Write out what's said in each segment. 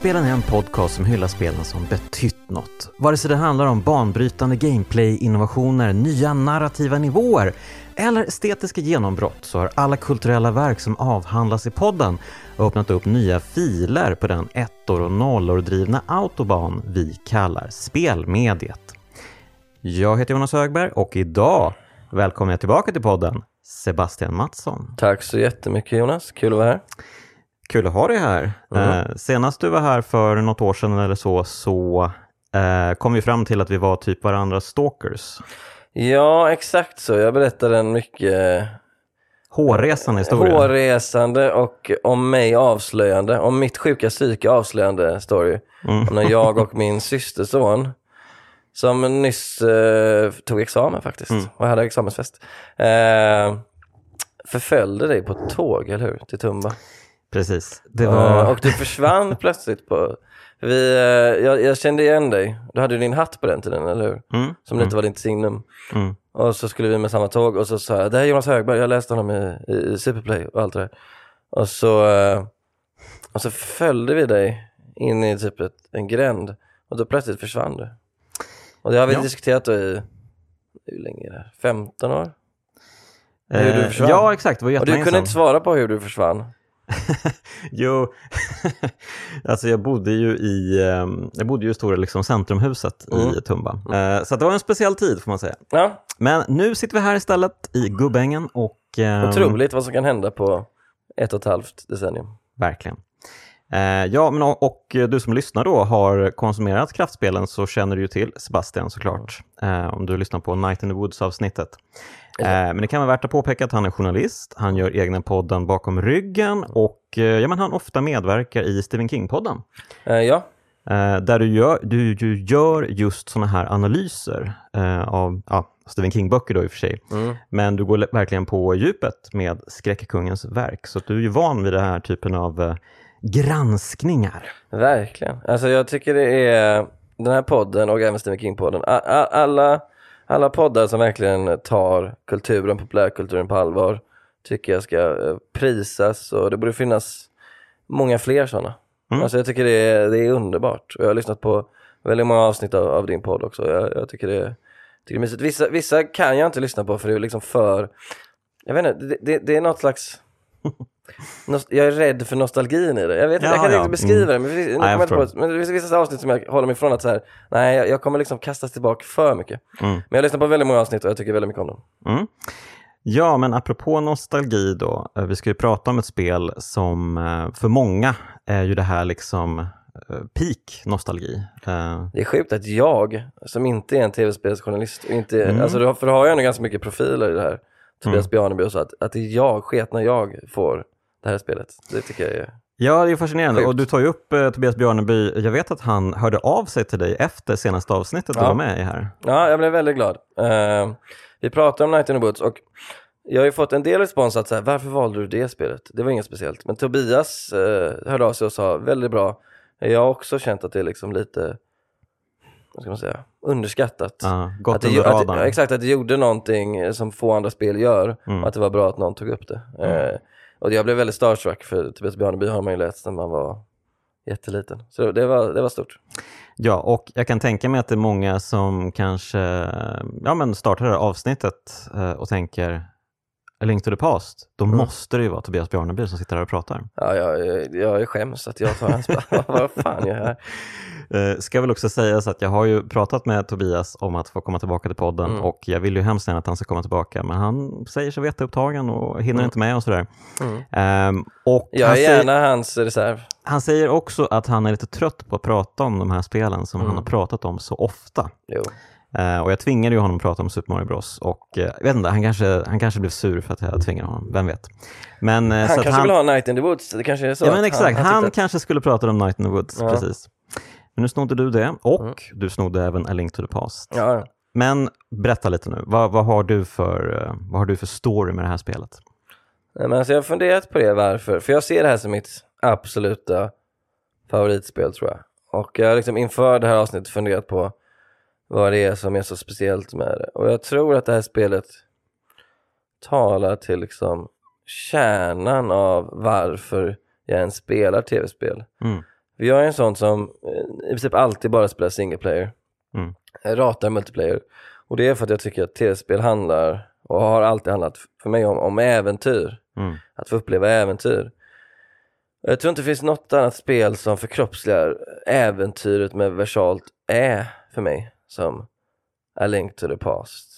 Kraftspelen är en podcast som hyllar spelen som betytt något. Vare sig det handlar om banbrytande gameplay-innovationer, nya narrativa nivåer eller estetiska genombrott, så har alla kulturella verk som avhandlas i podden öppnat upp nya filer på den ettor och nollor drivna autobahn vi kallar spelmediet. Jag heter Jonas Högberg och idag välkomnar jag tillbaka till podden Sebastian Mattsson. Tack så jättemycket Jonas, kul att vara här. Kul att ha dig här. Senast du var här för något år sedan eller så kom vi fram till att vi var typ varandras stalkers. Ja, exakt så. Jag berättade en mycket hårresande historia. Hårresande och om mig avslöjande, om mitt sjuka psyke avslöjande story. Om när jag och min systerson, som nyss tog examen faktiskt, och hade examensfest, förföljde dig på ett tåg, eller hur? Till Tumba. Precis. Det var... och du försvann plötsligt på... Jag kände igen dig. Du hade din hatt på den tiden, eller hur? Som lite var ditt signum. Och så skulle vi med samma tåg. Och så sa jag, det här är Jonas Högberg. Jag läste honom i Superplay och allt det där. Och så följde vi dig in i typ en gränd. Och då plötsligt försvann du. Och det har vi diskuterat då i... Hur länge är det? 15 år? Hur du försvann. Ja, exakt. Det var och du kunde inte svara på hur du försvann. Jo, alltså jag bodde ju i stora liksom centrumhuset i Tumba. Så det var en speciell tid får man säga. Ja. Men nu sitter vi här istället i Gubbängen och... Otroligt vad som kan hända på 1,5 decennium. Verkligen. Ja, men och du som lyssnar då har konsumerat kraftspelen, så känner du ju till Sebastian såklart. Om du lyssnar på Night in the Woods-avsnittet. Men det kan vara värt att påpeka att han är journalist. Han gör egna podden Bakom ryggen och men han ofta medverkar i Stephen King-podden. Ja. Där du gör just såna här analyser av Stephen King-böcker då i och för sig. Men du går verkligen på djupet med skräckkungens verk. Så du är ju van vid den här typen av granskningar. Verkligen. Alltså jag tycker det är den här podden och även Stephen King-podden. Alla poddar som verkligen tar kulturen, populärkulturen på allvar tycker jag ska prisas, och det borde finnas många fler sådana. Alltså jag tycker det är underbart. Och jag har lyssnat på väldigt många avsnitt av din podd också. Jag tycker det är mysigt. Vissa kan jag inte lyssna på för det är liksom för... Jag vet inte, det är något slags... Jag är rädd för nostalgin i det. Jag vet inte, jag kan inte beskriva det. Men det finns vissa avsnitt som jag håller mig ifrån att så här, nej, jag kommer liksom kastas tillbaka för mycket. Men jag lyssnar på väldigt många avsnitt och jag tycker väldigt mycket om dem. Ja, men apropå nostalgi då. Vi ska ju prata om ett spel som för många är ju det här liksom peak nostalgi. Det är sjukt att jag, som inte är en tv-spelsjournalist, alltså för då har jag nog ganska mycket profiler i det här. Tobias Bjarneby och så att det är jag, när jag får det här spelet. Det tycker jag är... Ja, det är fascinerande. Sjukt. Och du tar ju upp Tobias Bjarneby. Jag vet att han hörde av sig till dig efter senaste avsnittet du var med i här. Ja, jag blev väldigt glad. Vi pratade om Night in the Woods och jag har ju fått en del respons att så här, varför valde du det spelet? Det var inget speciellt. Men Tobias hörde av sig och sa, väldigt bra. Jag har också känt att det är liksom lite... vad ska man säga, underskattat. Gott under radarn. Exakt, att det gjorde någonting som få andra spel gör. Och att det var bra att någon tog upp det. Och jag blev väldigt starstruck, för Tobias Bjarneby har man ju läst när man var jätteliten. Så det var stort. Ja, och jag kan tänka mig att det är många som kanske startar det här avsnittet och tänker A Link to the Past. Då måste det ju vara Tobias Bjarneby som sitter här och pratar. Ja, jag är skäms att jag tar hans vad fan jag är här. Ska väl också säga så att jag har ju pratat med Tobias om att få komma tillbaka till podden och jag vill ju hemskt gärna att han ska komma tillbaka, men han säger sig veta upptagen och hinner inte med och sådär. Och jag är gärna hans reserv. Han säger också att han är lite trött på att prata om de här spelen som han har pratat om så ofta. Jo. Och jag tvingade ju honom att prata om Super Mario Bros. Och jag vet inte, han kanske blev sur för att jag tvingade honom, vem vet. Men, han så kanske att vill ha Night in the Woods, det kanske är så. Ja men exakt, han kanske skulle prata om Night in the Woods, precis. Men nu snodde du det, och du snodde även A Link to the Past. Ja. Men berätta lite nu, vad har du för story med det här spelet? Nej, men alltså jag har funderat på det, varför. För jag ser det här som mitt absoluta favoritspel, tror jag. Och jag har liksom inför det här avsnittet funderat på vad det är som är så speciellt med det. Och jag tror att det här spelet talar till liksom kärnan av varför jag ens spelar tv-spel. För jag är en sån som i princip alltid bara spelar single player. Jag ratar multiplayer. Och det är för att jag tycker att tv-spel handlar, och har alltid handlat för mig om äventyr. Att få uppleva äventyr. Jag tror inte det finns något annat spel som förkroppsligar äventyret med versalt för mig som A Link to the Past.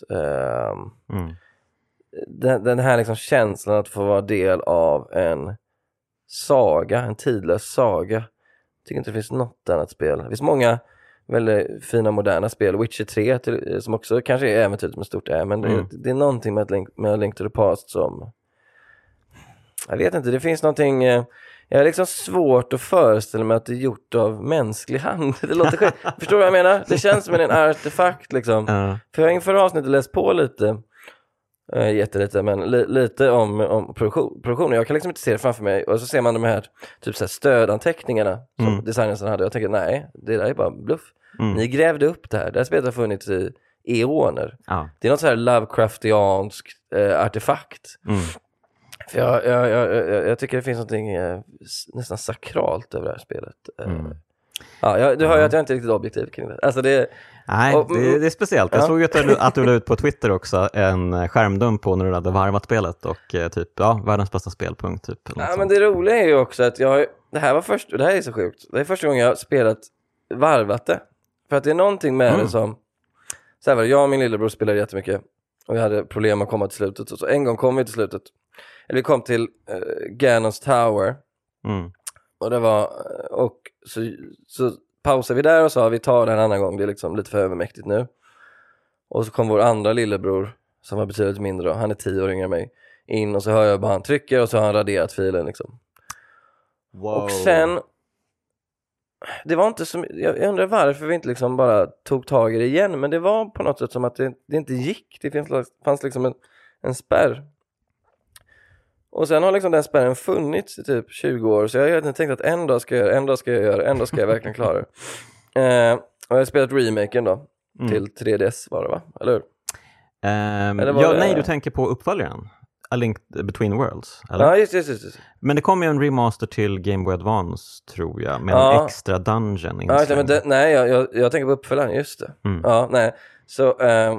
Den här liksom känslan att få vara del av en saga, en tidlös saga. Jag tycker inte det finns något annat spel. Det finns många väldigt fina moderna spel. Witcher 3 som också kanske är äventyret med stort men det är någonting med A Link to the Past som, jag vet inte, det finns någonting. Jag har liksom svårt att föreställa mig att det är gjort av mänsklig hand. Det låter sjukt. Förstår du vad jag menar? Det känns som en artefakt liksom. För jag har inför avsnittet läst på lite, jättelite, men lite om produktionen. Jag kan liksom inte se det framför mig. Och så ser man de här typ så här stödanteckningarna som designern hade. Jag tänker, nej, det där är bara bluff. Ni grävde upp det här. Det här spelet har funnits i eoner. Det är något så här Lovecraftiansk artefakt. För jag tycker det finns någonting nästan sakralt över det här spelet. Du hör ju att jag inte är riktigt objektiv kring det. Alltså det är speciellt. Jag såg ju att du la ut på Twitter också en skärmdump på när du hade varvat spelet och typ, världens bästa spelpunkt typ. Men det roliga är ju också att det här är så sjukt. Det är första gången jag har spelat varvat det. För att det är någonting med det som, så här var det, jag och min lillebror spelade jättemycket och vi hade problem att komma till slutet. Så en gång kom vi till slutet. Eller vi kom till Ganons Tower. Och det var, och så pausade vi där och sa vi tar det en annan gång, det är liksom lite för övermäktigt nu. Och så kom vår andra lillebror som var betydligt mindre då, han är 10 år yngre än mig, in och så hör jag bara han trycker och så har han raderat filen liksom. Wow. Och sen det var inte som, jag undrar varför vi inte liksom bara tog tag i det igen, men det var på något sätt som att det inte gick. Det fanns liksom en spärr. Och sen har liksom den spärren funnits i typ 20 år. Så jag har tänkt att en dag ska jag verkligen klara det. Och jag har spelat remaken då. Till 3DS var det, va? Eller hur? Nej, du tänker på uppföljaren. A Link Between Worlds, eller? Ja, just. Men det kom ju en remaster till Game Boy Advance, tror jag. Med en extra dungeon. Jag tänker på uppföljaren, just det. Ja, nej. Så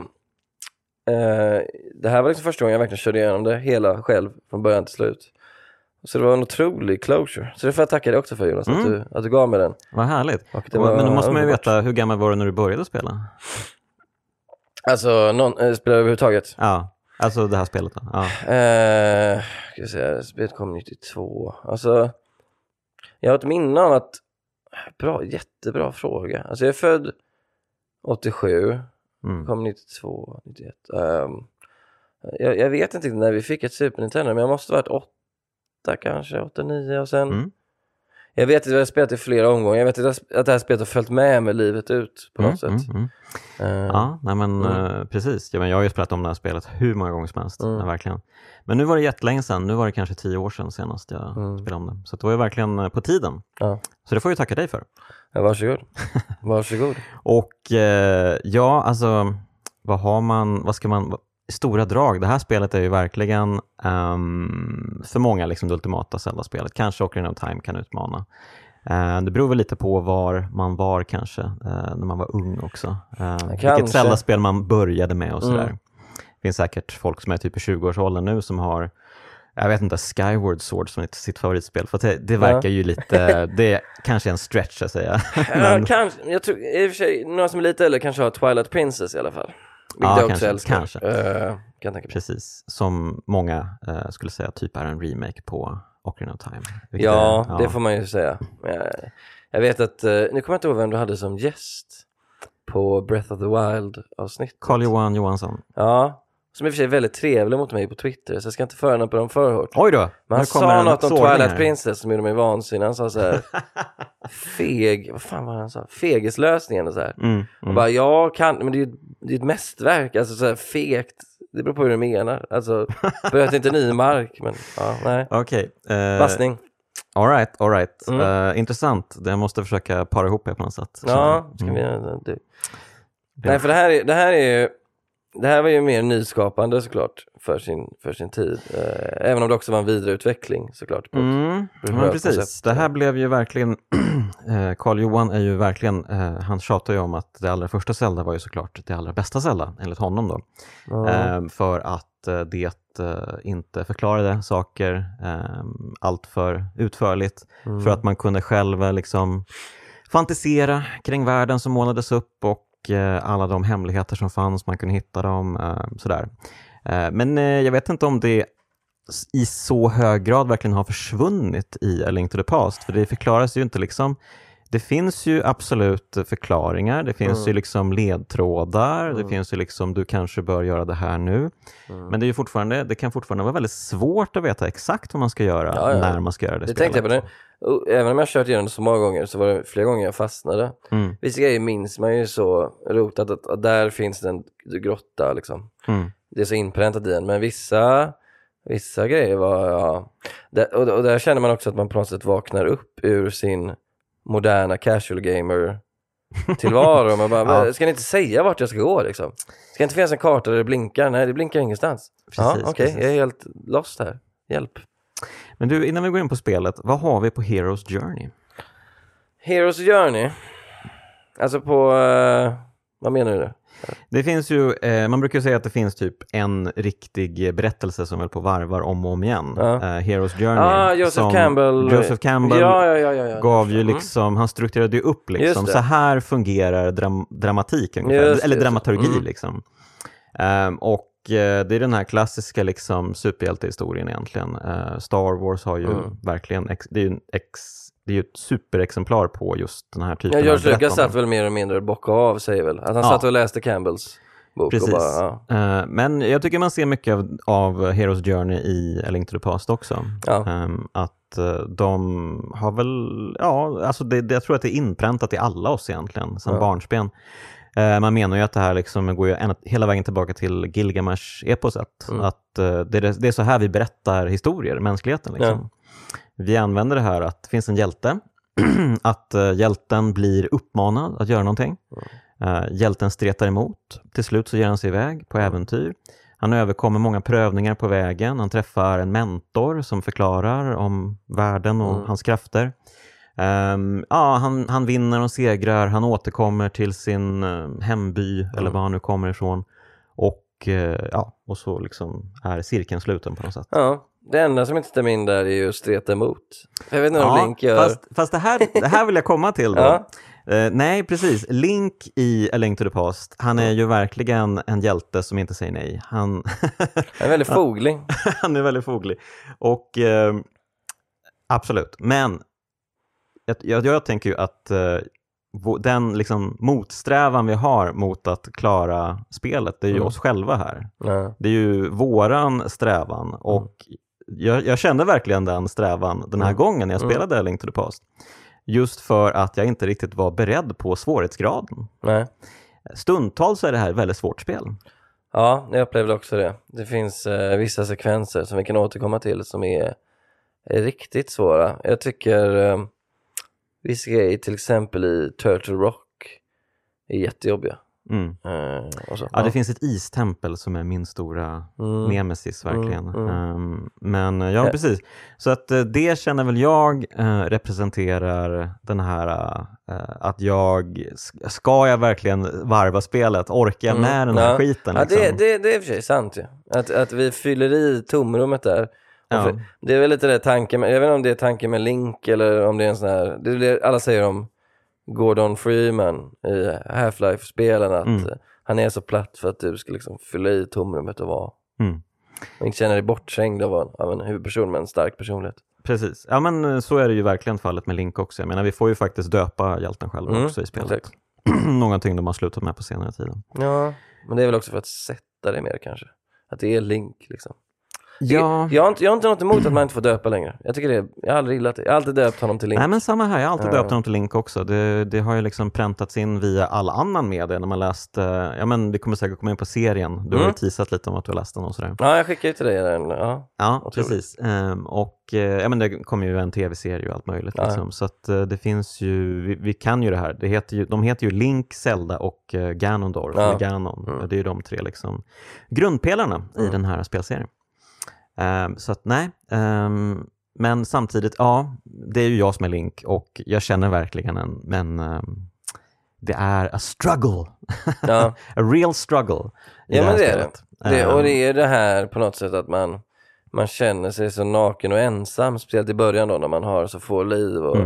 det här var liksom första gången jag verkligen körde igenom det hela själv från början till slut. Så det var en otrolig closure. Så det får jag tacka dig också för, Jonas, att du gav mig den. Vad härligt. Men då måste man ju veta, hur gammal var du när du började spela? Alltså, spelade överhuvudtaget? Ja, alltså det här spelet då? Ja. Ska jag säga, spelet kom 92. Alltså, jag har ett minne av att, jättebra fråga. Alltså jag är född 87. Kom 92, 91. Jag vet inte när vi fick ett Super Nintendo, men jag måste ha varit 8 kanske, 8, 9 och sen. Jag vet att jag har spelat i flera omgångar. Jag vet att det här spelet har följt med mig livet ut på något sätt. Precis. Ja, men jag har ju spelat om det här spelet hur många gånger som helst. Verkligen. Men nu var det jättelänge sedan. Nu var det kanske 10 år sedan senast jag spelade om det. Så det var ju verkligen på tiden. Så det får jag tacka dig för. Ja, varsågod. Och alltså vad ska man, stora drag. Det här spelet är ju verkligen för många liksom det ultimata Zelda-spelet. Kanske Ocarina of Time kan utmana. Det beror väl lite på var man var kanske när man var ung också. Vilket Zelda-spel man började med och sådär. Det finns säkert folk som är typ i 20-årsåldern nu som har, jag vet inte, Skyward Sword som är sitt favoritspel. För det verkar ju lite, det är kanske en stretch att säga. Men kanske, jag tror i och för sig, några som är lite eller kanske har Twilight Princess i alla fall. Vilket jag också älskar. Kanske. Kan tänka precis, som många skulle säga typ är en remake på Ocarina of Time. Det får man ju säga. Jag vet att, nu kommer jag inte ihåg vem du hade som gäst på Breath of the Wild-avsnitt. Carl-Johan Johansson. Ja, som i och för sig är väldigt trevlig mot mig på Twitter, så jag ska inte föra henne på dem för hårt. Oj då! Men han sa något om Twilight Princess som gjorde mig vansinnig. Han sa så här, vad fan var han sa? Fegeslösningen och så här. Och bara, jag kan, men det är ju ett mästerverk, alltså så här fegt. Det beror på hur du menar. Alltså, behövs inte ny mark, men nej. Okej. Vassning. All right. Intressant. Jag måste försöka para ihop det på något sätt. Ja, ska vi göra det. Nej, för det här är ju, det här var ju mer nyskapande såklart för sin tid. Även om det också var en vidareutveckling såklart. Men precis, koncept. Det här blev ju verkligen Carl Johan är ju verkligen han tjatar ju om att det allra första Zelda var ju såklart det allra bästa Zelda enligt honom då. För att det inte förklarade saker allt för utförligt, för att man kunde själv liksom fantisera kring världen som målades upp och alla de hemligheter som fanns, man kunde hitta dem sådär. Men jag vet inte om det i så hög grad verkligen har försvunnit i A Link to the Past, för det förklaras ju inte liksom. Det finns ju absolut förklaringar, det finns ju liksom ledtrådar, det finns ju liksom du kanske bör göra det här nu. Men det är ju fortfarande, det kan fortfarande vara väldigt svårt att veta exakt vad man ska göra när man ska göra det spelet. Tänkte jag på det. Även om jag har kört igenom det så många gånger så var det flera gånger jag fastnade. Vissa grejer minns man ju så rotat att där finns det en grotta liksom. Det är så inpräntat i en, men vissa grejer var och där känner man också att man på något sätt vaknar upp ur sin moderna casual gamer tillvaro. Man bara, ska ni inte säga vart jag ska gå liksom? Ska inte finnas en karta där det blinkar? Nej, det blinkar ingenstans. Okej, jag är helt lost här. Hjälp. Men du, innan vi går in på spelet, vad har vi på Hero's Journey? Hero's Journey? Alltså på, vad menar du? Det finns ju, man brukar säga att det finns typ en riktig berättelse som är på varvar om och om igen. Hero's Journey. Joseph Campbell gav ju liksom, han strukturerade ju upp liksom, så här fungerar dramatik ungefär, eller dramaturgi liksom. Och det är den här klassiska liksom superhjältehistorien egentligen. Star Wars har ju verkligen, det är ju ett superexemplar på just den här typen av George Lucas satt väl mer eller mindre bocka av, säger väl. Att han satt och läste Campbells bok. Precis. Och bara, men jag tycker man ser mycket av Hero's Journey i A Link to the Past också. Att de har väl, alltså jag tror att det är inpräntat i alla oss egentligen, som barnsben. Man menar ju att det här liksom går ju hela vägen tillbaka till Gilgamesh-eposet. Att det är så här vi berättar historier, mänskligheten liksom. Vi använder det här att det finns en hjälte, att hjälten blir uppmanad att göra någonting. Hjälten stretar emot, till slut så ger han sig iväg på äventyr. Han överkommer många prövningar på vägen, han träffar en mentor som förklarar om världen och hans krafter. Han vinner och segrar, han återkommer till sin hemby eller var han nu kommer ifrån, och så liksom är cirkeln sluten på något sätt. Det enda som inte stämmer in där är ju att streta emot. Jag vet inte om Link gör... Fast det här vill jag komma till då. Nej, precis. Link i A Link to the Past, han är ju verkligen en hjälte som inte säger nej. Han är väldigt foglig. Han är väldigt foglig. Och absolut. Men jag tänker ju att den liksom motsträvan vi har mot att klara spelet, det är ju oss själva här. Det är ju våran strävan, och jag kände verkligen den strävan den här gången när jag spelade A Link to the Past. Just för att jag inte riktigt var beredd på svårighetsgraden. Stundtals är det här ett väldigt svårt spel. Ja, jag upplevde också det. Det finns vissa sekvenser som vi kan återkomma till som är riktigt svåra. Jag tycker vissa grejer, till exempel i Turtle Rock, är jättejobbiga. Det finns ett istempel som är min stora nemesis verkligen. Men precis. Så att det känner väl jag representerar den här att ska jag verkligen varva spelet? Orkar jag med den här skiten? Liksom? Det är för sig sant ju. Att vi fyller i tomrummet där. Det är väl lite det tanken, jag vet inte om det är tanken med Link eller om det är en sån här, det är det alla säger om Gordon Freeman i Half-Life-spelen, att han är så platt för att du ska liksom fylla i tomrummet och vara och inte känna dig bortsängd av en huvudperson med en stark personlighet. Precis, ja men så är det ju verkligen fallet med Link också. Jag menar, vi får ju faktiskt döpa hjälten själv också i spelet. Någonting de har slutat med på senare tiden. Ja, men det är väl också för att sätta det mer kanske. Att det är Link liksom. Ja. Jag har inte något emot att man inte får döpa längre. Jag tycker jag har aldrig gillat det. Jag har alltid döpt honom till Link. Nej, men samma här. Jag har alltid döpt honom till Link också. Det har ju liksom präntats in via all annan media när man läst, vi kommer säkert komma in på serien. Du har ju teasat lite om att du har läst den och sådär. Ja, jag skickar ju till dig den. Ja, precis. Det kommer ju en tv-serie och allt möjligt. Liksom. Så att det finns ju, vi kan ju det här. De heter ju Link, Zelda och Ganondorf. Eller Ganon. Det är ju de tre liksom grundpelarna i den här spelserien. Så att nej, men samtidigt, det är ju jag som är Link och jag känner verkligen det är a struggle, a real struggle i det här spelet. Och det är det här på något sätt att man känner sig så naken och ensam, speciellt i början då när man har så få liv och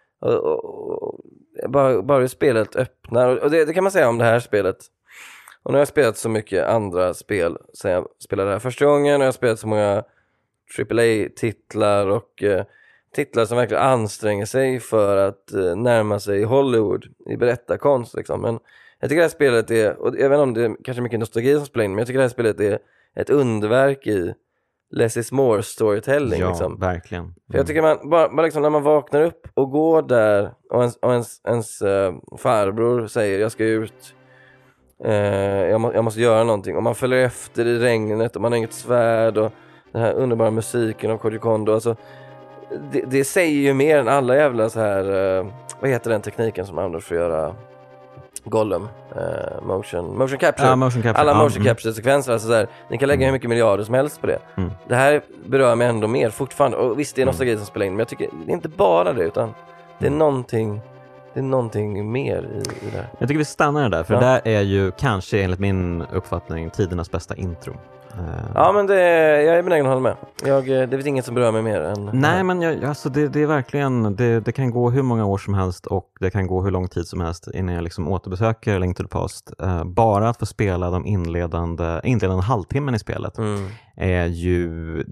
bara hur spelet öppnar, och det kan man säga om det här spelet. Och nu har jag spelat så mycket andra spel sen jag spelade det här första gången, och jag har spelat så många AAA-titlar och titlar som verkligen anstränger sig för att närma sig Hollywood i berättarkonst liksom. Men jag tycker det här spelet är, och jag vet inte om det är kanske mycket nostalgi som spelar in, men jag tycker det här spelet är ett underverk i less is more storytelling. Ja, liksom. Verkligen. För jag tycker man bara liksom, när man vaknar upp och går där och ens farbror säger jag ska ut, jag måste göra någonting, och man följer efter i regnet och man har inget svärd, och den här underbara musiken av Koji Kondo, alltså det säger ju mer än alla jävla så här, vad heter den tekniken som används för att göra Gollum, motion capture. Alla motion capture sekvenser, alltså så här, ni kan lägga hur mycket miljarder som helst på det. Det här berör mig ändå mer fortfarande, och visst det är nostalgi som spelar in, men jag tycker det är inte bara det, utan det är någonting mer i det här. Jag tycker vi stannar där, för det där är ju kanske enligt min uppfattning tidernas bästa intro. Ja, men jag är benägen att hålla med. Det finns inget som berör mig mer än... Nej, men det är verkligen, det kan gå hur många år som helst och det kan gå hur lång tid som helst innan jag liksom återbesöker Link to the Past. Bara att få spela de inledande halvtimmen i spelet är ju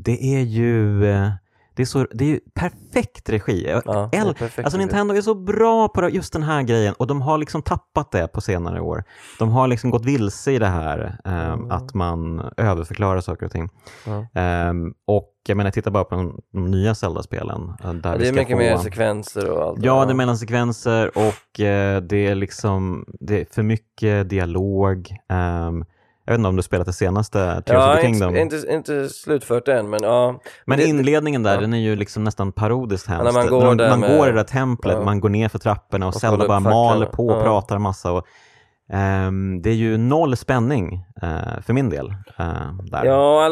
perfekt regi. Alltså Nintendo är så bra på just den här grejen, och de har liksom tappat det på senare år. De har liksom gått vilse i det här att man överförklarar saker och ting. Och jag menar, titta bara på de nya Zelda-spelen. Där det är mycket mer sekvenser och allt. Ja, det är mellansekvenser och det är liksom det är för mycket dialog. Jag vet inte om du spelat det senaste Tears of the Kingdom. Inte slutfört det än, men ja. Men inledningen där, den är ju liksom nästan parodiskt hemskt. Man går i det där templet, man går ner för trapporna och Zelda bara maler på och pratar massa. Och, det är ju noll spänning för min del. Där. Ja,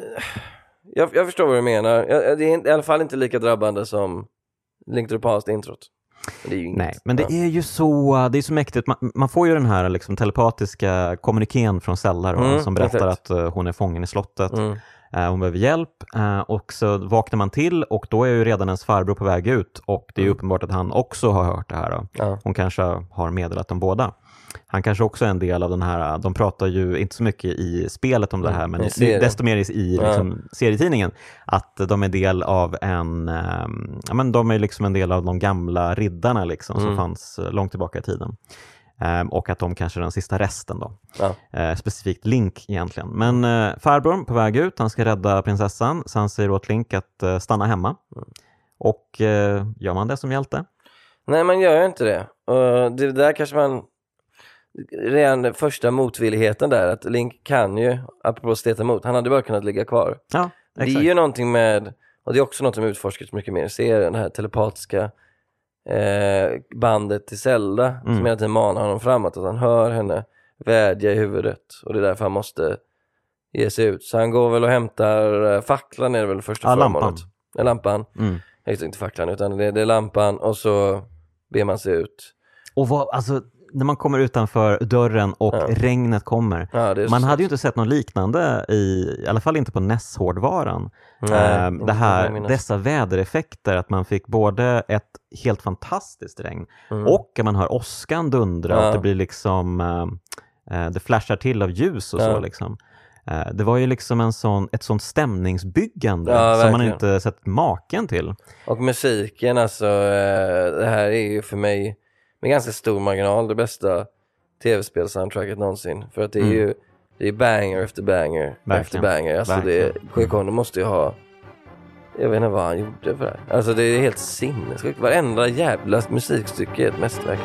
jag förstår vad du menar. Det är i alla fall inte lika drabbande som Link to the Past introt. Det är ju nej, men det är ju så, det är så mäktigt. Man får ju den här liksom telepatiska kommunikén från Zelda då, som berättar att hon är fången i slottet. Hon behöver hjälp, och så vaknar man till och då är ju redan ens farbror på väg ut, och det är uppenbart att han också har hört det här då. Hon kanske har meddelat dem båda. Han kanske också är en del av den här, de pratar ju inte så mycket i spelet om det här, men desto mer i liksom, serietidningen, att de är del av de är liksom en del av de gamla riddarna liksom, som fanns långt tillbaka i tiden. Och att de kanske är den sista resten då. Specifikt Link egentligen. Men farbror på väg ut, han ska rädda prinsessan, så han säger åt Link att stanna hemma. Och gör man det som hjälte? Nej, man gör ju inte det. Och det där kanske man, redan den första motvilligheten där, att Link kan ju, apropå steta emot, han hade bara kunnat ligga kvar. Ja, exakt. Det är ju någonting med, och det är också något som utforskas mycket mer i serien, det här telepatiska bandet till Zelda som hela tiden manar honom framåt, att han hör henne vädja i huvudet, och det är därför han måste ge sig ut. Så han går väl och hämtar facklan, är det väl första förmålet. Lampan. Jag vet inte facklan, utan det är lampan, och så ber man sig ut. Och när man kommer utanför dörren och regnet kommer. Man hade ju inte sett något liknande i alla fall inte på NES-hårdvaran. Dessa vädereffekter, att man fick både ett helt fantastiskt regn och att man hör åskan dundra, att det blir liksom det flashar till av ljus och så liksom. Det var ju liksom ett sånt stämningsbyggande som man inte sett maken till. Och musiken, alltså det här är ju för mig med ganska stor marginal det bästa tv-spelsoundtracket någonsin. För att det är ju Det är banger efter banger efter banger. Alltså Koji Kondo måste ju ha, jag vet inte vad han gjorde för det här. Alltså det är helt sinnessjukt. Varenda jävla musikstycke är ett mästerverk.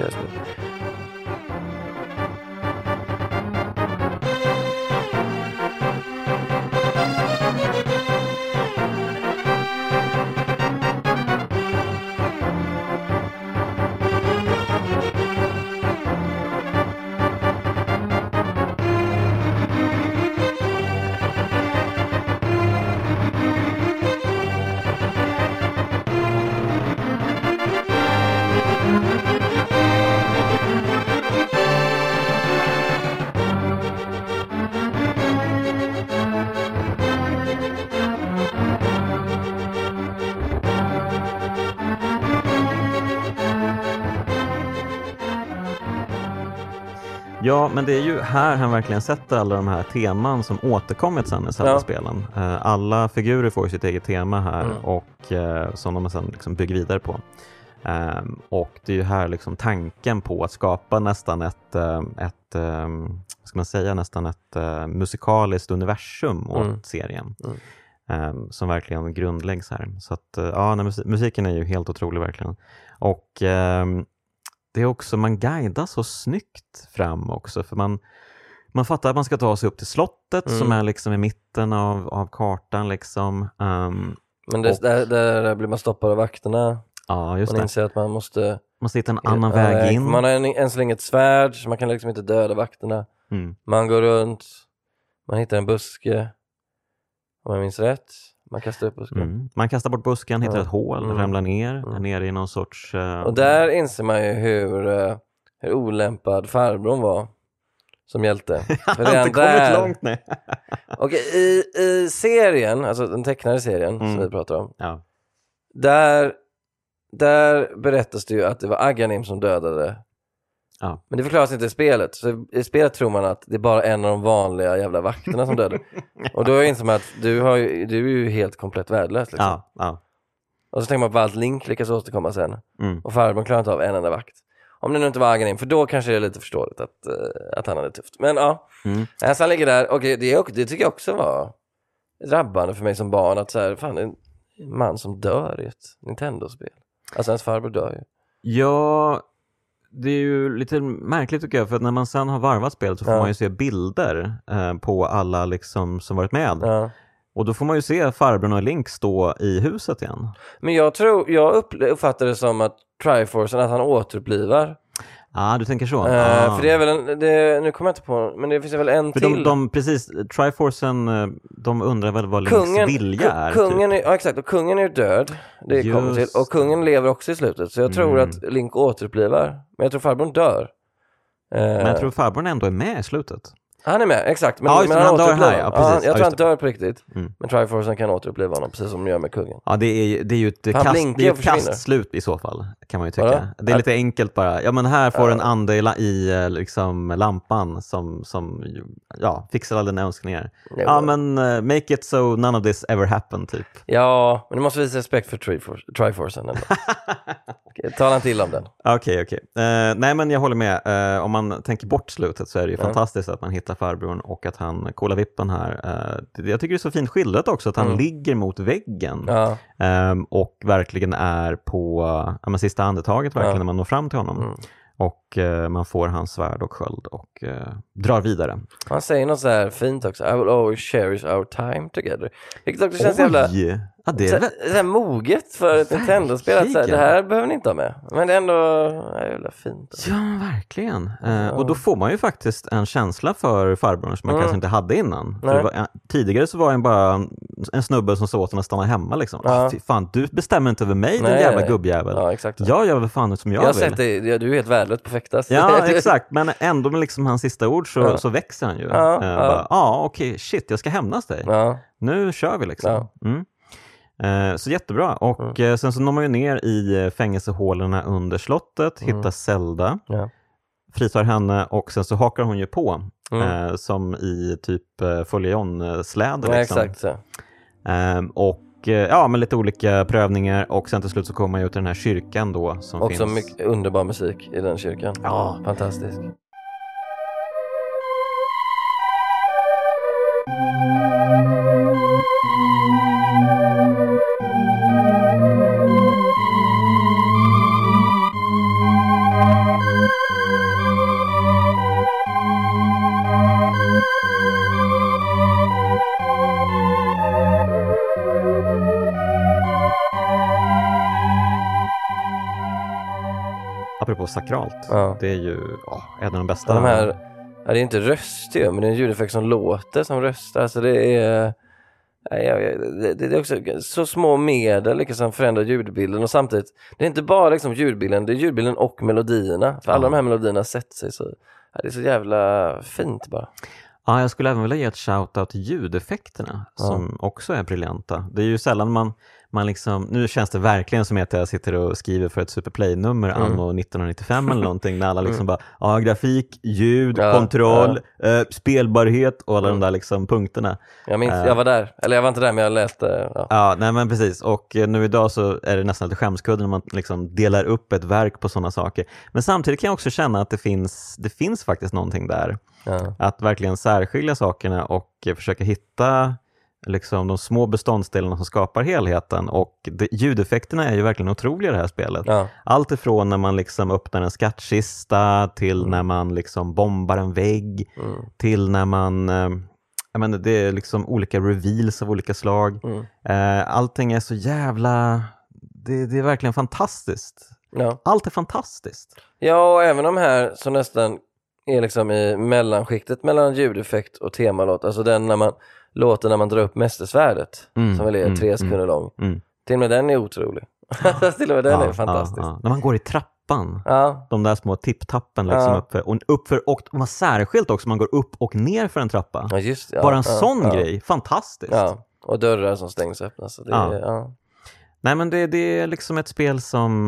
Ja, men det är ju här han verkligen sätter alla de här teman som återkommit sen i Zelda-spelen. Alla figurer får ju sitt eget tema här och som de sen liksom bygger vidare på. Och det är ju här liksom tanken på att skapa nästan ett ska man säga, nästan ett musikaliskt universum åt serien. Som verkligen grundläggs här. Så att musiken är ju helt otrolig verkligen. Och det är också, man guidar så snyggt fram också, för man fattar att man ska ta sig upp till slottet som är liksom i mitten av kartan liksom. Men där blir man stoppad av vakterna. Ja, just man inser att man måste hitta en annan väg in. Man har än så länge ett svärd, så man kan liksom inte döda vakterna. Man går runt, man hittar en buske, om jag minns rätt. Man kastar upp busken. Man kastar bort busken, hittar ett hål, ramlar ner i någon sorts... Och där inser man ju hur olämpad farbrorn var som hjälte. Han har inte kommit långt nu. Och i serien, alltså den tecknade serien som vi pratar om. Ja. Där berättas det ju att det var Aghanim som dödade. Ja. Men det förklaras inte i spelet. Så i spelet tror man att det är bara en av de vanliga jävla vakterna som dödade. Och då inser man att du är ju helt komplett värdelös liksom. Ja. Och så tänker man på allt Link lyckas återkomma sen. Och farbrorn klarar inte av en enda vakt. Om det nu inte var Aghanim, för då kanske det är lite förståeligt att han hade tufft. Men ja, så han ligger där. Och det tycker jag också var drabbande för mig som barn. Att så här, fan, en man som dör i ett Nintendo-spel. Alltså hans farbror dör ju. Ja, det är ju lite märkligt tycker jag, för att när man sen har varvat spelet så får man ju se bilder på alla liksom som varit med. Ja. Och då får man ju se farbrorn och Link stå i huset igen. Men jag uppfattar det som att Triforcen, att han återupplivar. Du tänker så. För det är väl nu kommer jag inte på, men det finns väl en för till. Precis, Triforcen, de undrar väl vad Links vilja är. Kungen typ. Ja, exakt, och kungen är död. Det kommer till. Och kungen lever också i slutet. Så jag tror att Link återupplivar. Men jag tror farbrorn dör. Men jag tror farbrorn ändå är med i slutet. Han är med, exakt. Men han dör här. Ja, precis. Jag tror han dör på riktigt. Men Triforcen kan återuppliva honom, precis som de gör med kungen. Ja, det är ju ett kastslut i så fall, kan man ju tycka. Ja. Det är lite enkelt bara. Ja, men här får en ande i liksom lampan som fixar alla dina önskningar. Ja, men make it so none of this ever happened, typ. Ja, men du måste visa respekt för Triforcen ändå. Tala inte till om den. Okej. Nej, men jag håller med. Om man tänker bort slutet så är det ju fantastiskt att man hittar farbrorn och att han kollar vippen här. Jag tycker det är så fint skildrat också att han ligger mot väggen och verkligen är på sista andetaget verkligen när man når fram till honom. Och man får hans svärd och sköld och drar vidare. Han säger något så här fint också. I will always cherish our time together. Vilket också känns jävla... Ja, det är så moget för ett Nintendo-spel. Det här behöver ni inte ha med. Men det är ändå jävla fint. Ja, verkligen. Och då får man ju faktiskt en känsla för farbrorn som man kanske inte hade innan. För tidigare så var han bara en snubbe som såg åt att stanna hemma liksom. Fan, du bestämmer inte över mig, den jävla gubbjävel. Ja, exakt. Jag gör väl fan som jag vill. Jag har sett dig, du är helt värdelös på fäktas. Ja, exakt. Men ändå med liksom hans sista ord så växer han ju. Okej, shit, jag ska hämnas dig. Nu kör vi liksom. Så jättebra. Och sen så når man ju ner i fängelsehålorna under slottet, hittar Zelda, fritar henne och sen så hakar hon ju på som i typ följeonsläder liksom. Exakt så. Och med lite olika prövningar och sen till slut så kommer man ju till den här kyrkan då som också finns. Mycket underbar musik i den kyrkan. Ja, fantastisk. sakralt. Ja. Det är ju en av de bästa. De här, det är inte röster, men det är en ljudeffekt som låter som röster. Alltså det är... Det är också så små medel liksom, som förändrar ljudbilden. Och samtidigt, det är inte bara liksom ljudbilden, det är ljudbilden och melodierna. För alla de här melodierna sätter sig så... Det är så jävla fint bara. Ja, jag skulle även vilja ge ett shoutout till ljudeffekterna som också är briljanta. Det är ju sällan man liksom, nu känns det verkligen som att jag sitter och skriver för ett Superplay-nummer anno 1995 eller någonting, när alla liksom bara, grafik, ljud, kontroll, spelbarhet och alla de där liksom punkterna. Jag minns, jag var där, eller jag var inte där, men jag läste. Ja, nej men precis, och nu idag så är det nästan lite skämskudden när man liksom delar upp ett verk på sådana saker. Men samtidigt kan jag också känna att det finns faktiskt någonting där. Ja. Att verkligen särskilja sakerna och försöka hitta liksom de små beståndsdelarna som skapar helheten. Och ljudeffekterna är ju verkligen otroliga i det här spelet. Ja. Allt ifrån när man liksom öppnar en skattkista till när man liksom bombar en vägg till när man jag menar, det är liksom olika reveals av olika slag. Allting är så jävla det är verkligen fantastiskt. Ja. Allt är fantastiskt. Ja, och även de här som nästan är liksom i mellanskiktet mellan ljudeffekt och temalåt. Alltså den när man drar upp mästersvärdet som väl är 3 sekunder lång. Till och med den är otrolig. Till och med den är fantastisk. När man går i trappan. De där små tipptappen liksom uppför och särskilt också man går upp och ner för en trappa. Ja, just, bara en sån grej. Fantastiskt. Ja, och dörrar som stängs och öppnas. Så det är, Nej, men det är liksom ett spel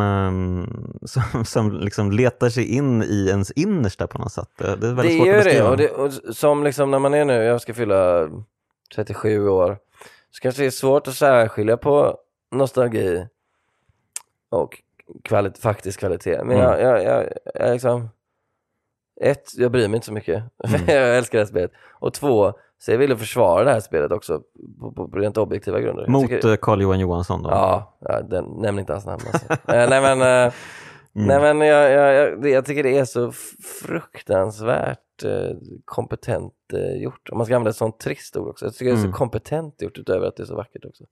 som liksom letar sig in i ens innersta på något sätt. Det är väldigt svårt att beskriva. Det och som liksom när man är nu, jag ska fylla 37 år, så kanske det är svårt att särskilja på nostalgi och faktisk kvalitet. Men jag liksom, jag bryr mig inte så mycket. Jag älskar det här spelet. Och 2, så jag ville försvara det här spelet också på rent objektiva grunder. Mot Carl-Johan Johansson då? Ja, den nämner inte hans namn. Alltså. Nej men jag tycker det är så fruktansvärt kompetent gjort. Om man ska använda ett sånt trist ord också. Jag tycker det är så kompetent gjort utöver att det är så vackert också.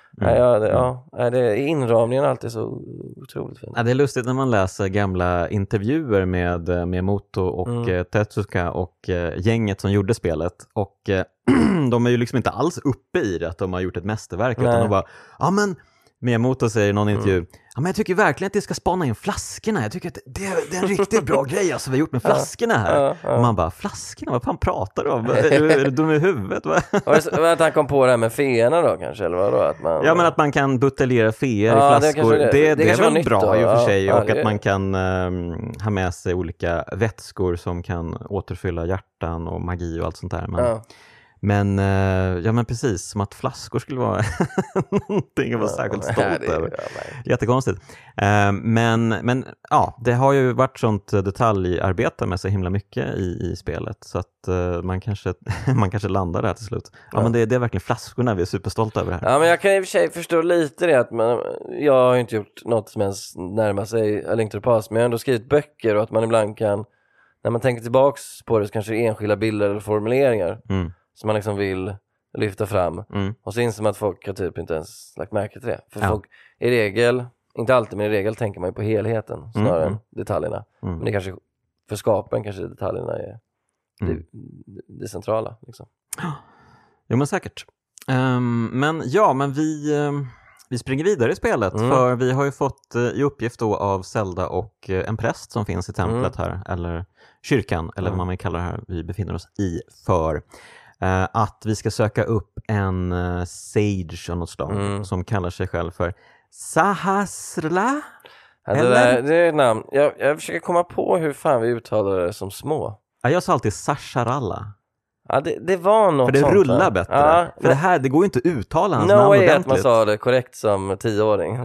Inramningen är alltid så otroligt fin. Ja, det är lustigt när man läser gamla intervjuer med Miyamoto och Tezuka och gänget som gjorde spelet. Och de är ju liksom inte alls uppe i det att de har gjort ett mästerverk. Nej. Utan de bara, men Miyamoto säger i någon intervju, men jag tycker verkligen att det ska spana in flaskorna. Jag tycker att det är en riktigt bra grej alltså, vi har gjort med flaskorna här. Och man bara, flaskorna? Vad fan pratar du om? Är du dum i huvudet? Att han kom på det här med feerna då kanske? Eller vad då? Att man... Ja, men att man kan buteljera feer i flaskor. Det är väl bra i och för sig. Och att man kan ha med sig olika vätskor som kan återfylla hjärtan och magi och allt sånt där. Men precis, som att flaskor skulle vara någonting att vara särskilt stolt över. Jättekonstigt. Men det har ju varit sånt detaljarbete med så himla mycket i spelet, så att man kanske landar där till slut. Men det är verkligen flaskorna vi är superstolta över här. Ja, men jag kan i och för sig förstå lite det att jag har inte gjort något som ens närmar sig A Link to the Past, men jag har ändå skrivit böcker, och att man ibland kan, när man tänker tillbaks på det, så kanske det är enskilda bilder eller formuleringar som man liksom vill lyfta fram. Och så inser man att folk har typ inte ens lagt märke till det. För folk i regel, inte alltid, men i regel tänker man ju på helheten snarare än detaljerna. Men det kanske, för skaparen kanske detaljerna är det centrala liksom. Jo, men säkert. Men vi springer vidare i spelet, för vi har ju fått i uppgift då av Zelda och en präst som finns i templet här, eller kyrkan, eller vad man vill kalla det här vi befinner oss i, för att vi ska söka upp en sage av något slag som kallar sig själv för Sahasrla. Ja, det är ett namn. Jag försöker komma på hur fan vi uttalar det som små. Ja, jag sa alltid Sasharalla. Ja, det var något. För det sånt, rullar bättre. Ja, för det här, det går ju inte att uttala hans namn ordentligt. Att man sa det korrekt som 10-åring.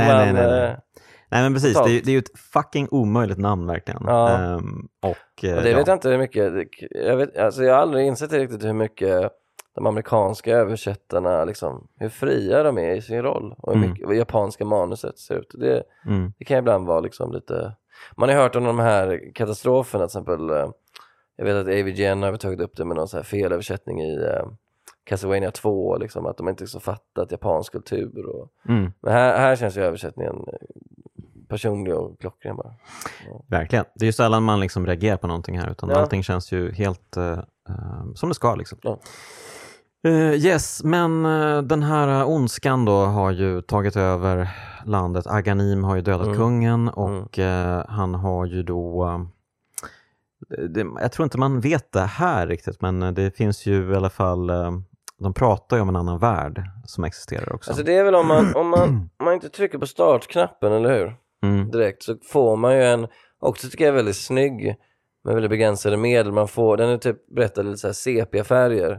Nej, men precis, det är ju ett fucking omöjligt namn verkligen. Och det vet jag inte hur mycket. Jag har aldrig insett riktigt hur mycket de amerikanska översättarna liksom, hur fria de är i sin roll och hur mycket japanska manuset ser ut. Det kan ibland vara liksom lite. Man har hört om de här katastroferna, till exempel. Jag vet att AVGN har tagit upp det med någon så här felöversättning i Castlevania 2, liksom, att de inte så fattat japansk kultur. Men här känns ju översättningen personlig och klockren bara. Ja. Verkligen. Det är ju sällan man liksom reagerar på någonting här, utan allting känns ju helt som det ska liksom. Ja. Yes, men den här ondskan då har ju tagit över landet. Aghanim har ju dödat kungen och han har ju då... jag tror inte man vet det här riktigt, men det finns ju i alla fall... de pratar ju om en annan värld som existerar också. Alltså det är väl om man inte trycker på startknappen, eller hur? Direkt, så får man ju en... Också tycker jag är väldigt snygg, med väldigt begränsade medel. Man får... Den är typ berättad lite så här sepia-färger.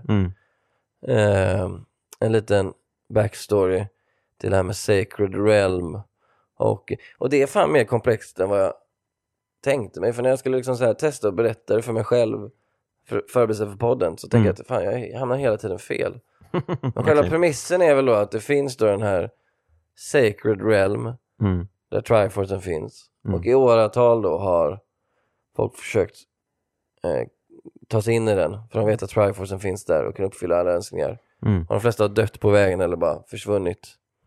En liten backstory till det här med Sacred Realm, och det är fan mer komplext än vad jag tänkte mig, för när jag skulle liksom så här testa och berätta det för mig själv, förbereda sig för podden, så tänker jag att fan, jag hamnar hela tiden fel. Men själva premissen är väl då att det finns då den här Sacred Realm där Triforcen finns, och i åratal då har folk försökt ta sig in i den, för de vet att Triforcen finns där och kan uppfylla alla önskningar. Och de flesta har dött på vägen eller bara försvunnit.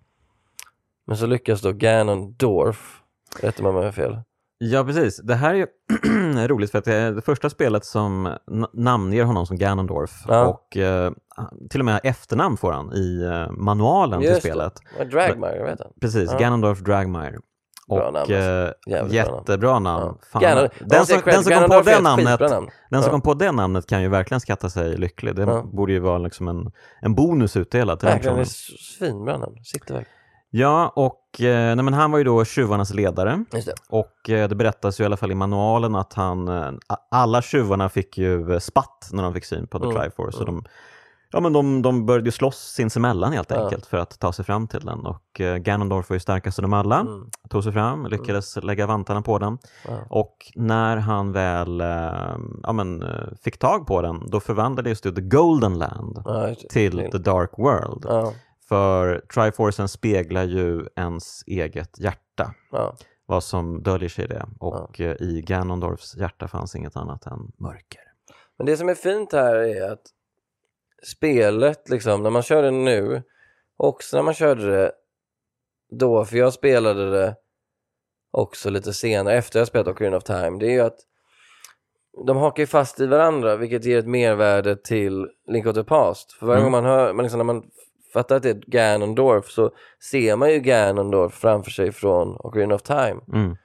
Men så lyckas då Ganondorf, rättar man mig fel? Ja, precis. Det här är ju roligt, för att det är det första spelet som namnger honom som Ganondorf. Och till och med efternamn får han i manualen till spelet. Dragmire, vet han. Precis, Ganondorf Dragmire. Bra namn, alltså. Jättebra namn. Fan. Ja. Den som kom på det namnet kan ju verkligen skatta sig lycklig. Det borde ju vara liksom en bonus utdelad till den personen. Det är svinbra namn. Sitter verkligen. Ja, och men han var ju då tjuvarnas ledare. Just det. Och det berättas ju i alla fall i manualen att alla tjuvarna fick ju spatt när de fick syn på The Triforce. Så de började ju slåss sinsemellan helt enkelt för att ta sig fram till den. Och Ganondorf var ju starkast av dem alla. Tog sig fram, lyckades lägga vantarna på den. Och när han väl fick tag på den, då förvandlades det The Golden Land till The Dark World. För Triforcen speglar ju ens eget hjärta. Vad som döljer sig i det. Och i Ganondorfs hjärta fanns inget annat än mörker. Men det som är fint här är att spelet, liksom, när man kör det nu, också när man körde det då, för jag spelade det också lite senare efter jag spelat Ocarina of Time, det är ju att de hakar ju fast i varandra, vilket ger ett mervärde till Link to the Past. För varje gång man hör, när man fattar att det är Ganondorf, så ser man ju Ganondorf framför sig från Ocarina of Time.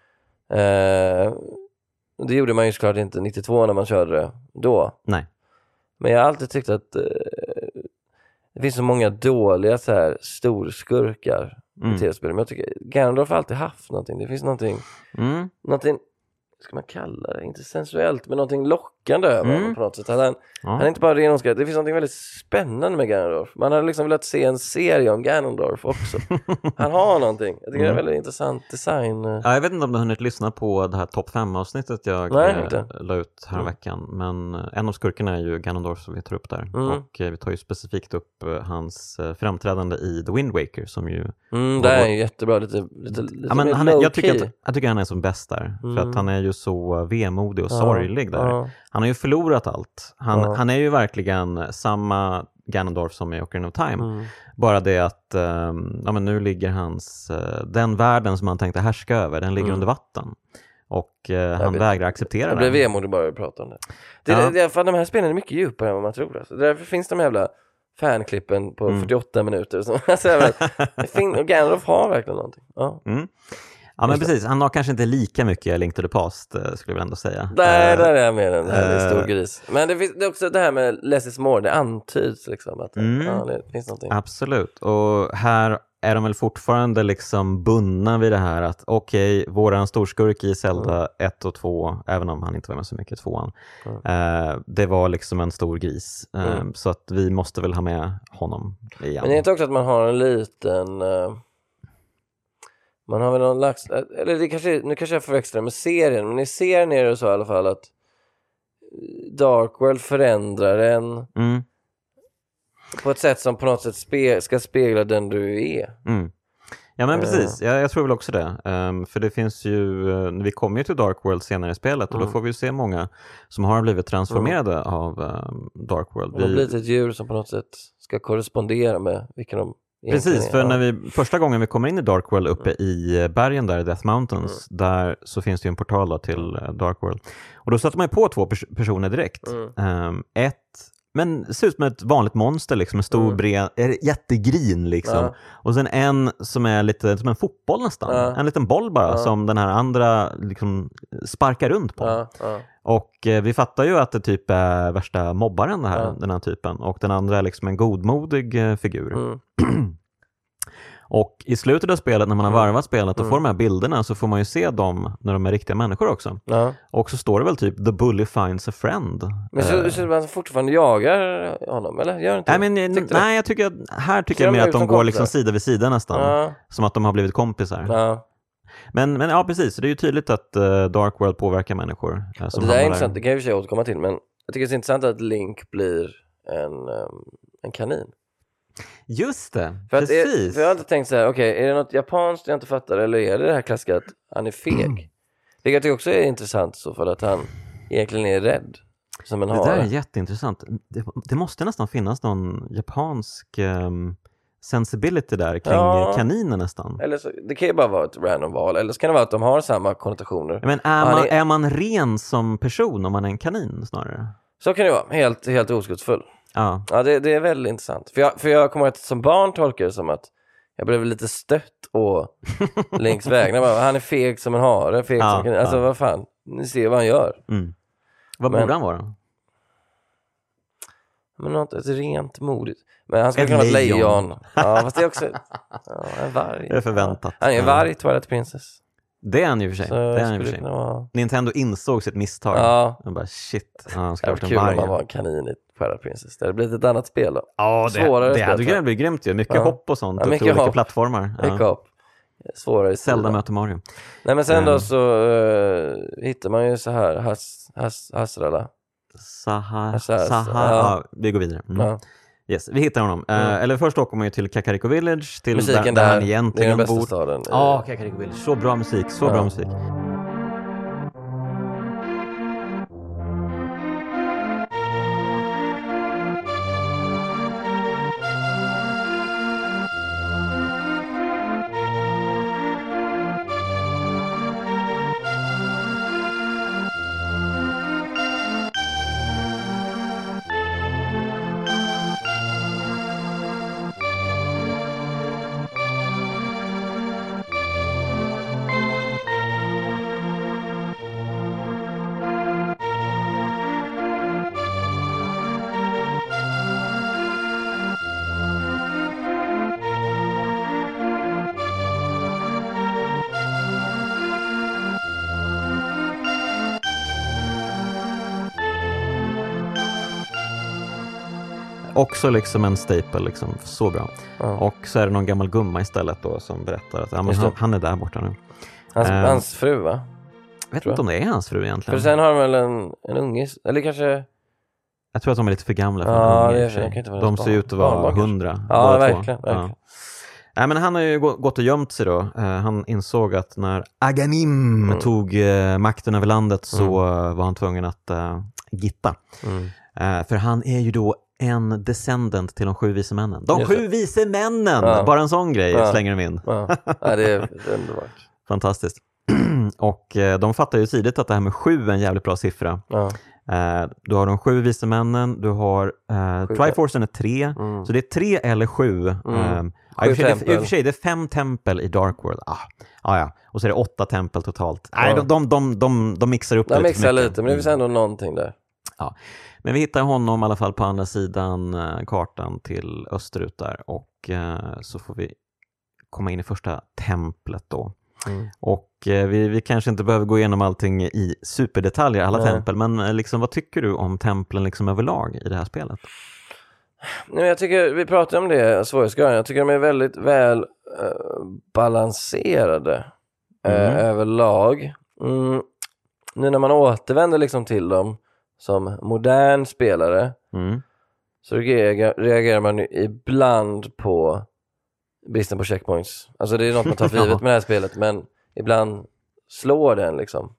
Det gjorde man ju såklart inte 92 när man körde det då. Nej. Men jag har alltid tyckt att det finns så många dåliga så här storskurkar i tv-spel. Men jag tycker Ganondorf har alltid haft någonting. Det finns någonting, ska man kalla det, inte sensuellt, men någonting lockande över honom på något sätt. Han är inte bara ren ondska. Det finns någonting väldigt spännande med Ganondorf. Man hade liksom velat se en serie om Ganondorf också. Han har någonting. Jag tycker det är väldigt intressant design. Ja, jag vet inte om du har hunnit lyssna på det här topp 5-avsnittet jag la ut här veckan. Men en av skurkarna är ju Ganondorf som vi tar upp där. Och vi tar ju specifikt upp hans framträdande i The Wind Waker som ju... det är ju jättebra. Lite jag tycker han är som bäst där. För att han är ju så vemodig och sorglig där. Han har ju förlorat allt. Han är ju verkligen samma Ganondorf som i Ocarina of Time. Bara det att nu ligger den världen som han tänkte härska över, den ligger under vatten. Och han vägrar acceptera det. Jag blev vemodig bara att prata om det. För de här spelen är mycket djupare än vad man tror. Alltså. Därför finns de jävla fanklippen på 48 minuter. Och Ganondorf har verkligen någonting. Ja, men precis. Han har kanske inte lika mycket Link to the Past, skulle jag ändå säga. Där är jag med den här stor gris. Men det är också det här med less is more. Det antyds liksom att det finns någonting. Absolut. Och här är de väl fortfarande liksom bundna vid det här att okej, våran storskurk i Zelda 1 och 2, även om han inte var med så mycket i 2:an, det var liksom en stor gris. Så att vi måste väl ha med honom igen. Men det är inte också att man har en liten... Man har väl någon lax... Eller nu kanske jag förväxlar med serien. Men i serien är det så i alla fall att Dark World förändrar en på ett sätt som på något sätt ska spegla den du är. Ja, men precis. Jag tror väl också det. För det finns ju... Vi kommer ju till Dark World senare i spelet och då får vi se många som har blivit transformerade av Dark World. Det har blivit ett djur som på något sätt ska korrespondera med vilka de Precis, för när första gången vi kommer in i Darkworld uppe i bergen där, Death Mountains, där så finns det ju en portal då till Darkworld. Och då sätter man ju på 2 personer direkt. Men det ser ut som ett vanligt monster liksom, en stor bred, jättegrin liksom. Och sen en som är lite som en fotboll nästan. En liten boll bara som den här andra liksom sparkar runt på. Och vi fattar ju att det typ är värsta mobbaren den här typen. Och den andra är liksom en godmodig figur. Och i slutet av spelet, när man har varvat spelet och får de här bilderna, så får man ju se dem när de är riktiga människor också. Och så står det väl typ The bully finds a friend. Men så man fortfarande jagar honom, eller? Gör inte nej, jag tycker jag mer att de går liksom sida vid sida nästan. Som att de har blivit kompisar. Men ja, precis. Det är ju tydligt att Darkworld påverkar människor. Det där är intressant, det kan jag i och för sig återkomma till. Men jag tycker det är intressant att Link blir en kanin. Just det, precis. För jag har alltid tänkt så här, okej, är det något japanskt jag inte fattar, eller är det här klassiska att han är feg? Det jag tycker också är intressant så för att han egentligen är rädd som en hare. Det där är jätteintressant. Det måste nästan finnas någon japansk sensibility där kring kaniner nästan. Eller så, det kan ju bara vara ett random val, eller så kan det vara att de har samma konnotationer. Men är man ren som person om man är en kanin snarare? Så kan det vara, helt oskuldsfull. Ja, det är väldigt intressant. För jag kommer att som barn tolka det som att jag blev lite stött och Links vägnar. Han är feg som en hare, feg som kanin. Alltså vad fan, ni ser vad han gör. Vad borde han vara? Men något ett rent modigt. Men han ska kunna vara ett lejon. Ja, fast det är också en varg. Det är förväntat. Han är en varg, Twilight Princess. Det är han ju för sig. Nintendo insåg sitt misstag. Och bara shit, han ska vara en varg. Man var en kanin i Twilight Princess. Det hade blivit ett annat spel då. Ja, det hade kunnat bli grymt ju. Mycket hopp och sånt. Mycket till olika plattformar. Mycket hopp. Svårare. Zelda möter Mario. Nej, men sen då så hittar man ju så här Hasrala. Sahara. Vi går vidare. Yes, vi hittar honom. Eller först åker man ju till Kakariko Village. Till musiken där han egentligen bor. Det är den bästa staden. Ja, Kakariko Village. Så bra musik, bra musik. Också liksom en staple liksom, så bra. Och så är det någon gammal gumma istället då som berättar att han är där borta nu. Hans fru, va? Jag vet inte om det är hans fru egentligen. För sen har de väl en unge, eller kanske... Jag tror att de är lite för gamla för en unge. De ser ut att vara 100. Ja, verkligen. Nej, men han har ju gått och gömt sig då. Han insåg att när Aghanim tog makten över landet så var han tvungen att gitta. För han är ju då en descendant till de 7 vise männen. De 7 vise männen! Bara en sån grej slänger de in. Ja, det är underbart. Fantastiskt. Och de fattar ju tidigt att det här med 7 är en jävligt bra siffra. Du har de 7 vise männen, du har Triforcen är 3, så det är 3 eller 7. I och för sig det är 5 tempel i Darkworld. Och så är det 8 tempel totalt. Nej, de mixar upp det lite. De mixar lite, men det finns ändå någonting där. Ja. Men vi hittar honom i alla fall på andra sidan kartan till österut där, och så får vi komma in i första templet då. Och vi kanske inte behöver gå igenom allting i superdetaljer, alla tempel, men liksom, vad tycker du om templen liksom överlag i det här spelet? Nej, jag tycker, vi pratar om det svårighetsgraden, jag tycker de är väldigt väl balanserade överlag. Nu när man återvänder liksom till dem som modern spelare så reagerar man ibland på bristen på checkpoints. Alltså det är något man tar för givet med det här spelet, men ibland slår den liksom.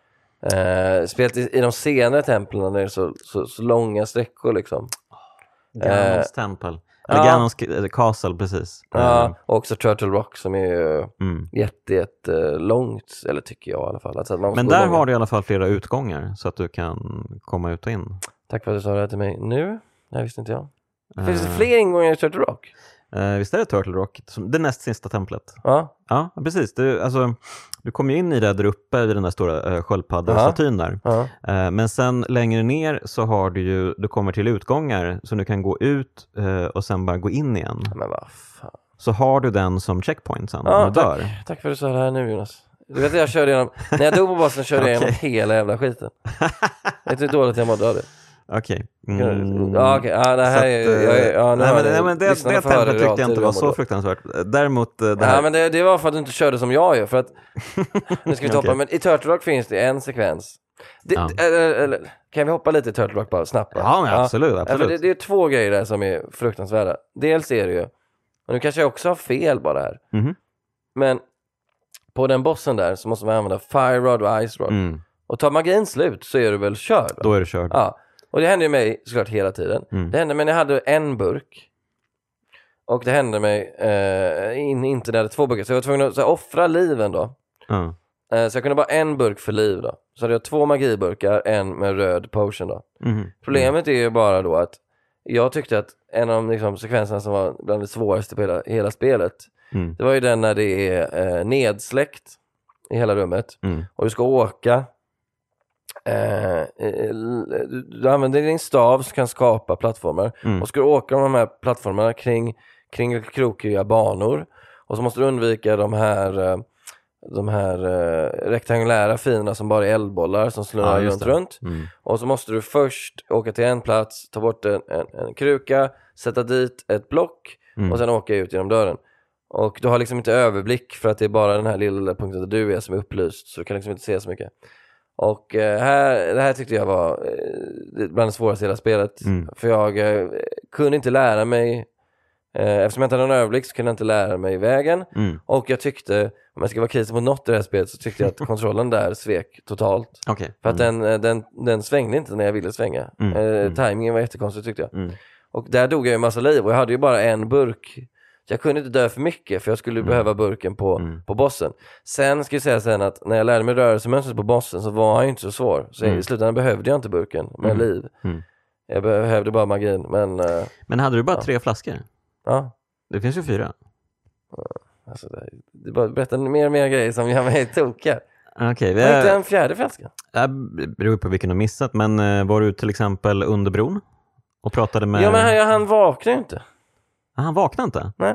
Spelet i de senare templen är det så långa sträckor liksom. Ganos tempel. Eller Ganon's Castle, precis. Ja, och också Turtle Rock som är ju jättelångt, eller tycker jag i alla fall. Alltså att man måste men där har du i alla fall flera utgångar så att du kan komma ut och in. Tack för att du sa det här till mig nu. Det visste inte jag. Finns det fler ingångar i Turtle Rock? Visst är det Turtle Rock? Det näst sista templet. Ja. Ja, precis. Du kommer ju in i det där uppe vid den där stora sköldpaddestatyn där. Ja. Men sen längre ner så har du kommer till utgångar så du kan gå ut och sen bara gå in igen. Men vad fan. Så har du den som checkpoint sen när du dör. Tack för att du sa det här nu, Jonas. Du vet att jag körde igenom, när jag dog på bossen körde jag igenom hela jävla skiten. Vet du hur dåligt jag mådde av det? Okej. Ja, okej. Ja, det här är... men det templet tyckte jag inte var så fruktansvärt. Däremot det här... Ja, men det var för att du inte körde som jag gör. För att, nu ska vi toppa, men i Turtle Rock finns det en sekvens. Kan vi hoppa lite i Turtle Rock bara snabbt? Ja, men absolut. För det är två grejer där som är fruktansvärda. Dels är det ju, och nu kanske jag också har fel bara här. Men på den bossen där så måste man använda Fire Rod och Ice Rod. Och tar magin slut så är du väl körd? Då är du körd. Ja. Och det hände ju mig såklart hela tiden. Det hände mig när jag hade en burk. Och det hände mig inte när jag hade 2 burkar. Så jag var tvungen att offra liven då. Så jag kunde bara en burk för liv då. Så hade jag 2 magiburkar, en med röd potion då. Problemet är ju bara då att jag tyckte att en av de liksom, sekvenserna som var bland det svåraste på hela spelet, det var ju den när det är nedsläckt i hela rummet. Och du ska åka. Du använder din stav som kan skapa plattformar. Och ska du åka de här plattformarna kring krokiga banor. Och så måste du undvika de här rektangulära finerna som bara är eldbollar som slår runt. Och så måste du först åka till en plats, ta bort en kruka, sätta dit ett block och sen åka ut genom dörren. Och du har liksom inte överblick för att det är bara den här lilla punkten där du är som är upplyst, så du kan liksom inte se så mycket. Och det här tyckte jag var bland det svåraste i hela spelet. För jag kunde inte lära mig, eftersom jag inte hade någon överblick så kunde jag inte lära mig vägen. Och jag tyckte, om jag ska vara kritisk mot något i det här spelet, så tyckte jag att kontrollen där svek totalt. För att den svängde inte när jag ville svänga. Timingen var jättekonstig tyckte jag. Och där dog jag ju en massa liv och jag hade ju bara en burk. Jag kunde inte dö för mycket för jag skulle behöva burken på bossen. Sen ska jag säga sen att när jag lärde mig rörelsemönstret på bossen så var han ju inte så svår. Så i slutändan behövde jag inte burken med liv. Jag behövde bara magin. Men hade du bara 3 flaskor? Ja. Det finns ju 4. Alltså, det bara berättar mer och mer grejer som gör mig tokig. Okej, Var inte en 4:e flaska? Det beror på vilken du missat. Men var du till exempel under bron och pratade med... Ja, men han vaknade inte. Han vaknade inte? Nej.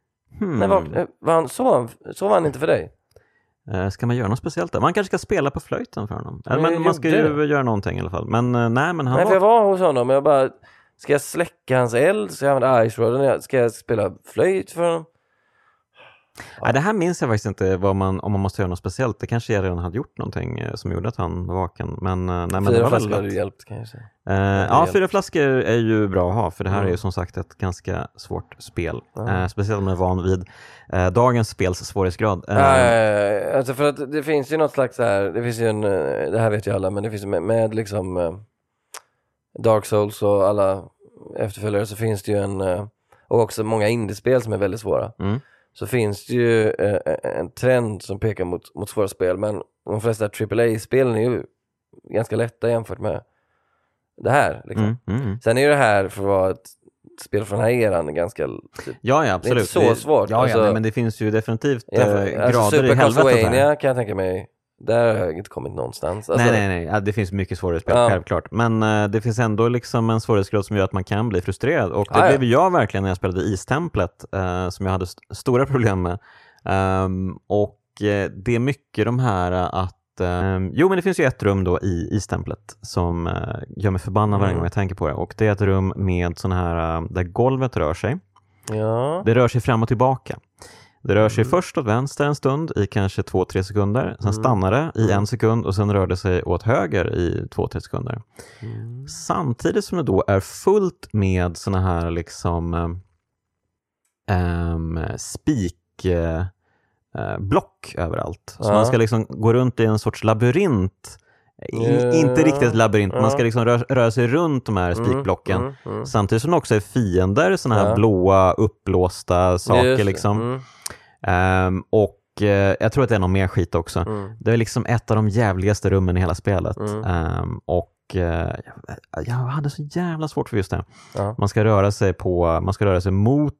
Så var han inte för dig? Ska man göra något speciellt där? Man kanske ska spela på flöjten för honom. Men man ska ju göra någonting i alla fall. Men för jag var hos honom och jag bara, ska jag släcka hans eld? Ska jag använda Ice Rod? Ska jag spela flöjt för honom? Ja. Det här minns jag faktiskt inte om man måste göra något speciellt. Det kanske jag redan hade gjort någonting som gjorde att han var vaken. Men 4 flaskor hade du hjälpt kan jag säga. 4 flaskor är ju bra att ha. För det här är ju som sagt ett ganska svårt spel. Speciellt om man är van vid dagens spels svårighetsgrad. Alltså för att det finns ju något slags här. Det finns ju det här vet ju alla. Men det finns med liksom Dark Souls och alla efterföljare, så finns det ju och också många indiespel som är väldigt svåra. Så finns det ju en trend som pekar mot svåra spel. Men de flesta AAA-spelen är ju ganska lätta jämfört med det här. Liksom. Sen är ju det här, för att vara ett spel från den här eran, ganska... Ja, absolut. Det är inte så svårt. Ja, men det finns ju definitivt grader i helvetet här. Kan jag tänka mig. Där har jag inte kommit någonstans. Alltså... Nej. Ja, det finns mycket svårare spel, självklart. Men det finns ändå liksom en svårighetsgrad som gör att man kan bli frustrerad. Och det blev jag verkligen när jag spelade Istemplet, som jag hade stora problem med. Och det är mycket de här att... men det finns ju ett rum då i Istemplet som gör mig förbannad varje gång jag tänker på det. Och det är ett rum med sån här, där golvet rör sig. Ja. Det rör sig fram och tillbaka. Det rör sig först åt vänster en stund i kanske 2-3 sekunder. Sen stannar det i 1 sekund och sen rör det sig åt höger i 2-3 sekunder. Samtidigt som det då är fullt med såna här liksom spikblock överallt. Så man ska liksom gå runt i en sorts labyrint Inte riktigt labyrint, man ska liksom röra sig runt de här spikblocken. Samtidigt som det också är fiender, såna här blåa uppblåsta saker liksom. Och jag tror att det är någon mer skit också. Det är liksom ett av de jävligaste rummen i hela spelet. Och jag hade så jävla svårt för just det. Man ska röra sig mot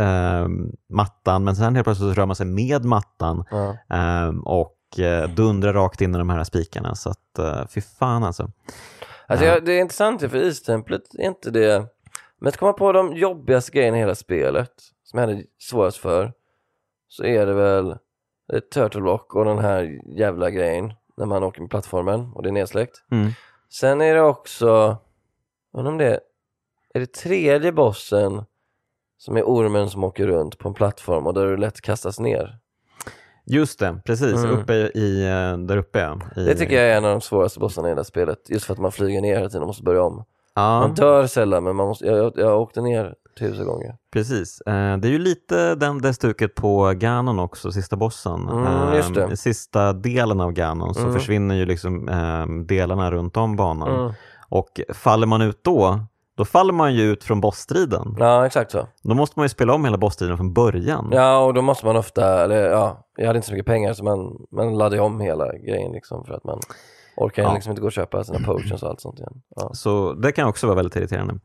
mattan, men sen helt plötsligt rör man sig med mattan och dundrar rakt in i de här spikarna. Så att fy fan alltså. Det är intressant för istemplet är inte det. Men att komma på de jobbigaste grejerna i hela spelet som jag hade svårast för, så är det väl ett turtle block och den här jävla grejen när man åker med plattformen och det är nedsläckt. Sen är det också, om det är det tredje bossen som är ormen som åker runt på en plattform och där du lätt kastas ner. Just det, precis. Där uppe. Det tycker jag är en av de svåraste bossarna i hela spelet. Just för att man flyger ner hela tiden och måste börja om. Man dör sällan, men jag åkte ner 1000 gånger. Precis. Det är ju lite det stuket på Ganon också, sista bossen. Just det. Sista delen av Ganon så försvinner ju liksom delarna runt om banan. Och faller man ut då faller man ju ut från bossstriden. Ja, exakt så. Då måste man ju spela om hela bossstriden från början. Ja, och då måste man ofta, jag hade inte så mycket pengar så man laddade om hela grejen liksom, för att man orkar liksom inte gå och köpa sina potions och allt sånt igen. Så det kan också vara väldigt irriterande.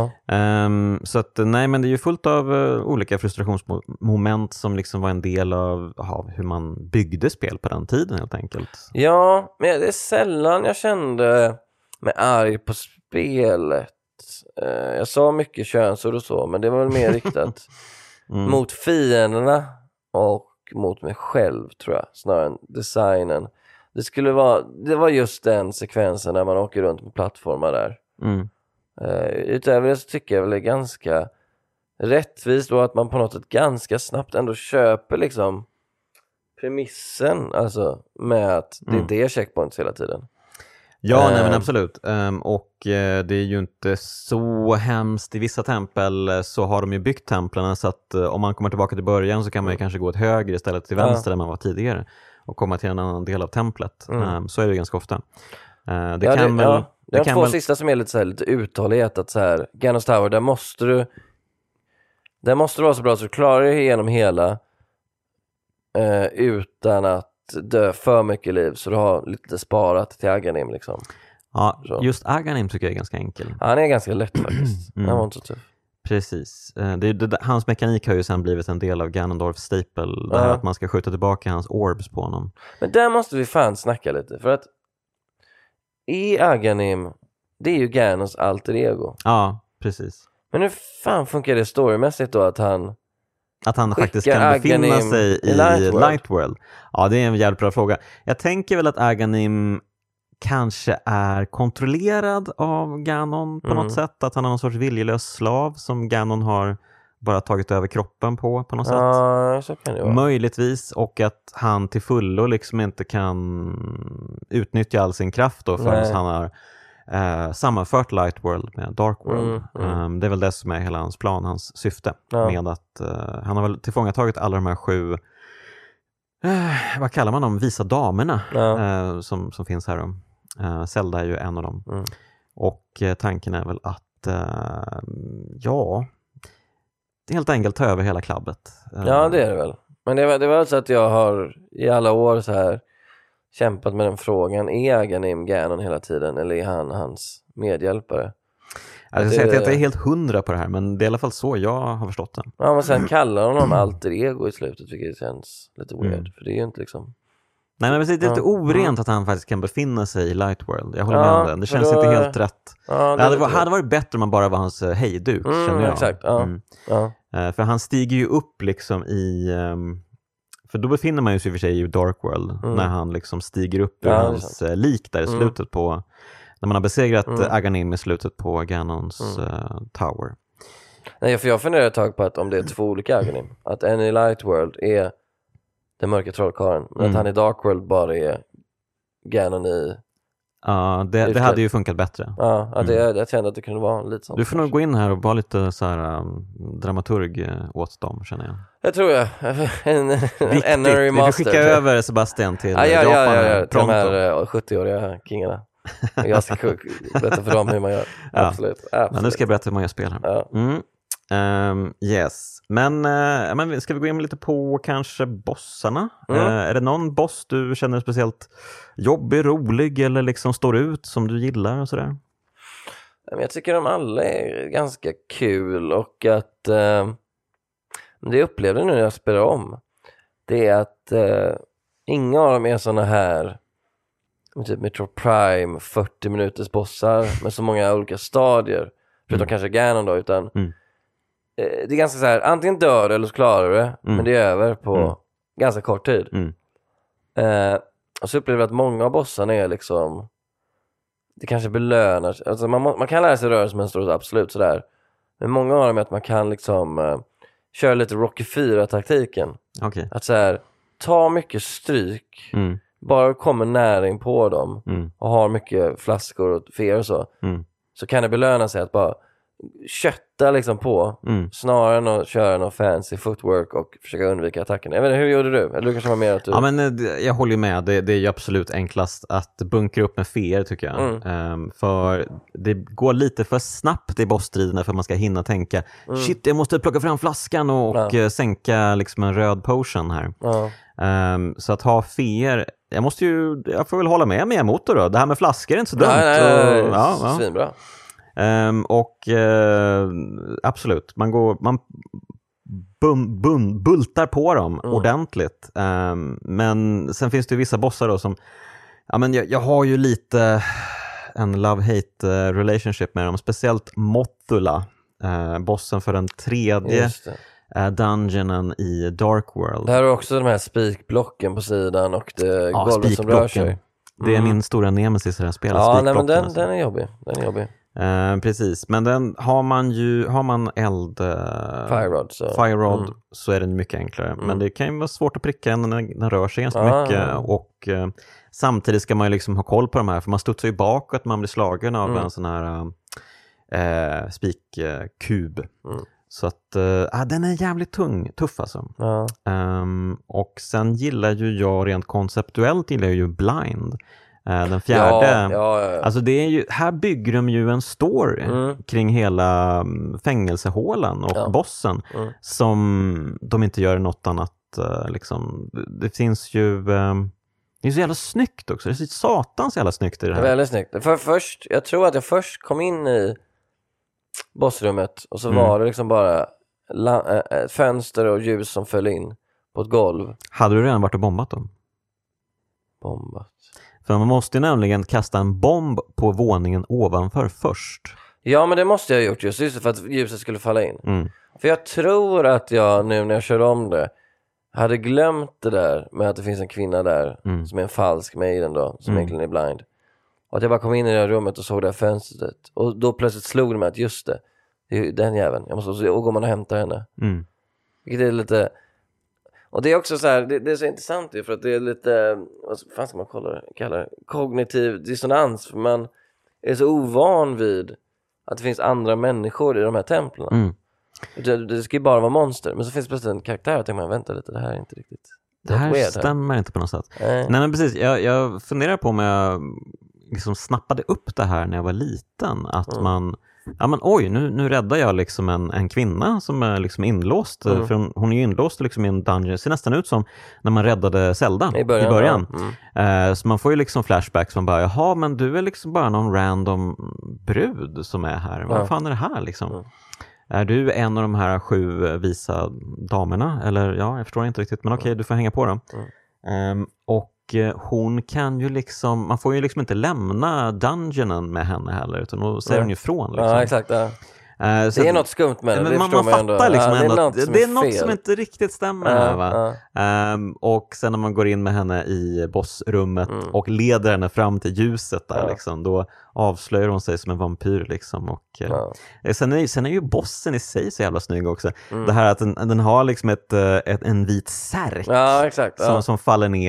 Så att nej, men det är ju fullt av olika frustrationsmoment som liksom var en del av hur man byggde spel på den tiden helt enkelt. Ja, men det är sällan jag kände mig arg på spelet. Jag sa mycket könsord och så, men det var väl mer riktat mot fienderna och mot mig själv, tror jag, snarare än designen. Det var just den sekvensen när man åker runt på plattformar där. Utöver det så tycker jag väl det är ganska rättvist då att man på något sätt ganska snabbt ändå köper liksom premissen, alltså med att det är checkpoints hela tiden. Ja, nej men absolut. Och det är ju inte så hemskt. I vissa tempel så har de ju byggt templen så att om man kommer tillbaka till början så kan man ju kanske gå åt höger istället till vänster där man var tidigare och komma till en annan del av templet. Så är det ganska ofta. Det är de två sista som är lite uthållighet, att så här, Ganos Tower, där måste du vara så bra så du klarar dig igenom hela utan att dö för mycket liv, så du har lite sparat till Aghanim liksom. Ja, så. Just Aghanim tycker jag är ganska enkel. Ja, han är ganska lätt faktiskt. Han var inte så tuff. Precis. Hans mekanik har ju sen blivit en del av Ganondorf staple. Det här att man ska skjuta tillbaka hans orbs på honom. Men där måste vi fan snacka lite. För att i Aghanim, det är ju Ganons alter ego. Ja, precis. Men hur fan funkar det storymässigt då att han faktiskt kan befinna sig i Lightworld? Ja, det är en jävligt bra fråga. Jag tänker väl att Aghanim kanske är kontrollerad av Ganon på något sätt. Att han har någon sorts viljelös slav som Ganon har bara tagit över kroppen på något sätt. Ja, så kan det vara. Möjligtvis, och att han till fullo liksom inte kan utnyttja all sin kraft då förrän han har sammanfört Lightworld med Darkworld. Det är väl det som är hela hans plan, hans syfte med att han har väl tillfångatagit alla de här 7 vad kallar man dem? Visa damerna som finns här då. Zelda är ju en av dem. Och tanken är väl att helt enkelt ta över hela klabbet. Ja, det är det väl. Men det var alltså att jag har i alla år så här kämpat med den frågan. Är Aghanim Ganon hela tiden, eller är han hans medhjälpare? Jag säger att jag inte är helt 100 på det här, men det är i alla fall så jag har förstått det. Ja, men sen kallar honom alter ego i slutet, vilket det känns lite weird. För det är ju inte liksom... Nej, men det är lite orent att han faktiskt kan befinna sig i Lightworld. Jag håller med om det. Det känns inte helt rätt. Det hade varit bättre om man bara var hans hejduk, känner jag. Exakt, för han stiger ju upp liksom i... För då befinner man ju sig i och för sig i Darkworld när han liksom stiger upp ur hans lik där i slutet på... När man har besegrat Aghanim i slutet på Ganons Tower. Nej, för jag funderar ett tag på att om det är 2 olika Aghanim. Att en i Lightworld är den mörka trollkaren. Men att han i Darkworld bara är Ganon i Ja, det hade ju funkat bättre. Ja, jag kände att det kunde vara lite sånt. Du får nog gå in här och vara lite så här dramaturg åt dem, känner jag. Jag tror jag. En honorary Vi master. skickar över Sebastian till Ja, Japan. till de här 70-åriga kingarna. Jag ska berätta för dem hur man gör. Absolut. Men nu ska jag berätta hur man gör spel här. Ja. Yes. Men ska vi gå in lite på kanske bossarna? Är det någon boss du känner speciellt jobbig, rolig eller liksom står ut som du gillar och sådär? Jag tycker de alla är ganska kul och att det jag upplevde nu när jag spelar om, det är att inga av dem är såna här typ Metro Prime 40 minuters bossar med så många olika stadier, förutom kanske Ganon då, utan det är ganska så här, antingen dör eller så klarar du det, men det är över på ganska kort tid. Och så upplever jag att många av bossarna är liksom, det kanske belönar, alltså man kan lära sig rörelsemönster absolut sådär, men många av dem är att man kan liksom köra lite Rocky 4-taktiken. Att så här, ta mycket stryk, bara kommer näring på dem och har mycket flaskor och fer och så kan det belöna sig att bara kötta liksom på snarare än att köra någon fancy footwork och försöka undvika attacken. Jag vet inte, hur gjorde du? Eller du kanske var mer att du... Ja, men jag håller med. Det är ju absolut enklast att bunkra upp med fer, tycker jag. För det går lite för snabbt i bossstriderna för att man ska hinna tänka shit, jag måste plocka fram flaskan och sänka liksom en röd potion här. Så att ha fer, jag får väl hålla med Miyamoto då. Det här med flaskor är inte så dumt. Nej, svinbra. Absolut, man bultar på dem ordentligt. Men sen finns det ju vissa bossar då som, ja, men jag har ju lite en love-hate relationship med dem, speciellt Mothula, bossen för den tredje dungeonen i Dark World. Det här är också de här spikblocken på sidan och det golvet som rör sig. Det är min stora nemesis i det här spelet. Ja, nej, men den är jobbig. Precis, men den har man eld Fire Rod så är den mycket enklare. Men det kan ju vara svårt att pricka när den rör sig ganska mycket. Och samtidigt ska man ju liksom ha koll på de här, för man studsar ju bakåt, man blir slagen av en sån här spikkub. Så att den är jävligt tuff alltså. Och sen gillar ju jag rent konceptuellt ju Blind. Den fjärde. Alltså det är ju, här bygger de ju en story kring hela fängelsehålan och bossen som de inte gör något annat liksom. Det finns ju det är så jävla snyggt också. Det är så satans jävla snyggt i det här. Väldigt snyggt. För först, jag tror att jag först kom in i bossrummet och så var det liksom bara ett fönster och ljus som föll in på ett golv. Hade du redan varit och bombat dem? Bombat? För man måste ju nämligen kasta en bomb på våningen ovanför först. Ja, men det måste jag ha gjort just för att ljuset skulle falla in. För jag tror att jag nu när jag kör om det hade glömt det där med att det finns en kvinna där som är en falsk maiden då, som egentligen är blind. Och att jag bara kom in i det här rummet och såg det här fönstret. Och då plötsligt slog det mig att just det är den jäveln. Jag måste gå man och hämta henne. Vilket är lite... Och det är också så här, det är så intressant för att det är lite, vad fan ska man kalla det? Kognitiv dissonans, för man är så ovan vid att det finns andra människor i de här templen. Det ska ju bara vara monster, men så finns det plötsligt en karaktär och tänker man, vänta lite, det här är inte riktigt. Det här stämmer inte på något sätt. Nej, men precis, jag funderar på om jag liksom snappade upp det här när jag var liten, att man ja, men oj, nu räddar jag liksom en kvinna som är liksom inlåst. För hon är ju inlåst liksom i en dungeon. Det ser nästan ut som när man räddade Zelda i början. Så man får ju liksom flashbacks som bara, jaha, men du är liksom bara någon random brud som är här. Vad fan är det här liksom? Är du en av de här 7 visa damerna? Eller ja, jag förstår inte riktigt. Men okej, du får hänga på dem. Och hon kan ju liksom, man får ju liksom inte lämna dungeonen med henne heller, utan då ser hon ju ifrån liksom. Ja, exakt. Ja. Så det är något skumt med det. Men man fattar liksom ändå, det är något som inte riktigt stämmer här, va? Och sen när man går in med henne i bossrummet och leder henne fram till ljuset där liksom, då avslöjar hon sig som en vampyr liksom. Och sen är ju bossen i sig så jävla snygg också. Det här att den har liksom en vit särk exakt, som faller ner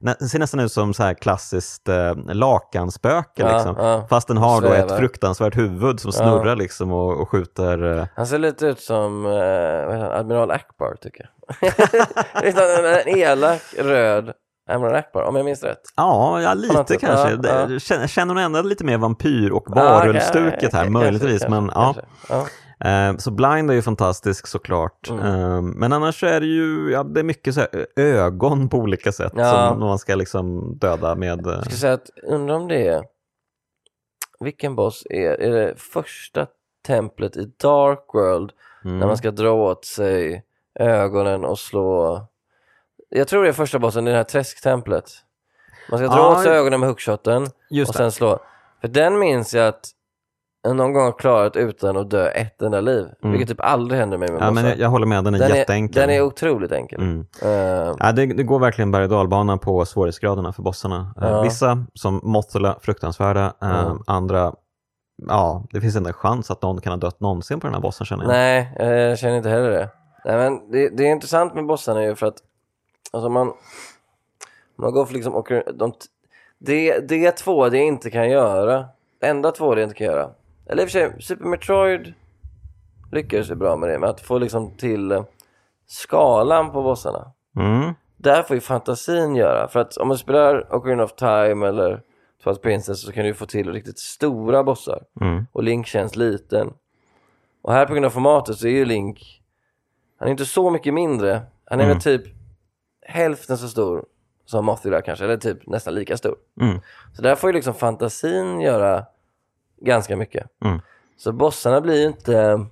Den ser nästan ut som så här klassiskt lakanspöke liksom. Fast den har då ett fruktansvärt huvud som snurrar liksom och skjuter. Han ser lite ut som Admiral Akbar tycker jag. En elak röd Admiral Akbar, om jag minns rätt. Ja, lite kanske. Känner hon ändå lite mer vampyr och varulvstuket här, möjligtvis. Kanske, men så Blind är ju fantastisk såklart. Men annars är det ju det är mycket så här ögon på olika sätt som man ska liksom döda med. Jag ska säga att undrar om det är vilken boss är det första templet i Dark World när man ska dra åt sig ögonen och slå. Jag tror det är första bossen, det här träsktemplet. Man ska dra åt sig ögonen med hookshoten och sen slå. För den minns jag att någon gång har klarat utan att dö ett enda liv. Vilket typ aldrig händer mig med bossar. Men jag håller med, den är jätteenkel. Den är otroligt enkel. Det går verkligen berg- och dalbana på svårighetsgraderna för bossarna. Vissa, som Mothula, fruktansvärda. Andra, det finns inte en chans att någon kan ha dött någonsin på den här bossen, känner jag. Nej, jag känner inte heller det. Nej, men det är intressant med bossarna ju för att alltså man går för liksom det är två det inte kan göra. Enda två det inte kan göra. Eller i och för sig, Super Metroid lyckas ju bra med det. Med att få liksom till skalan på bossarna. Där får ju fantasin göra. För att om man spelar Ocarina of Time eller Twilight Princess så kan du få till riktigt stora bossar. Och Link känns liten. Och här på grund av formatet så är ju Link, han är inte så mycket mindre. Han är väl typ hälften så stor som Mothula kanske. Eller typ nästan lika stor. Så där får ju liksom fantasin göra ganska mycket. Så bossarna blir ju inte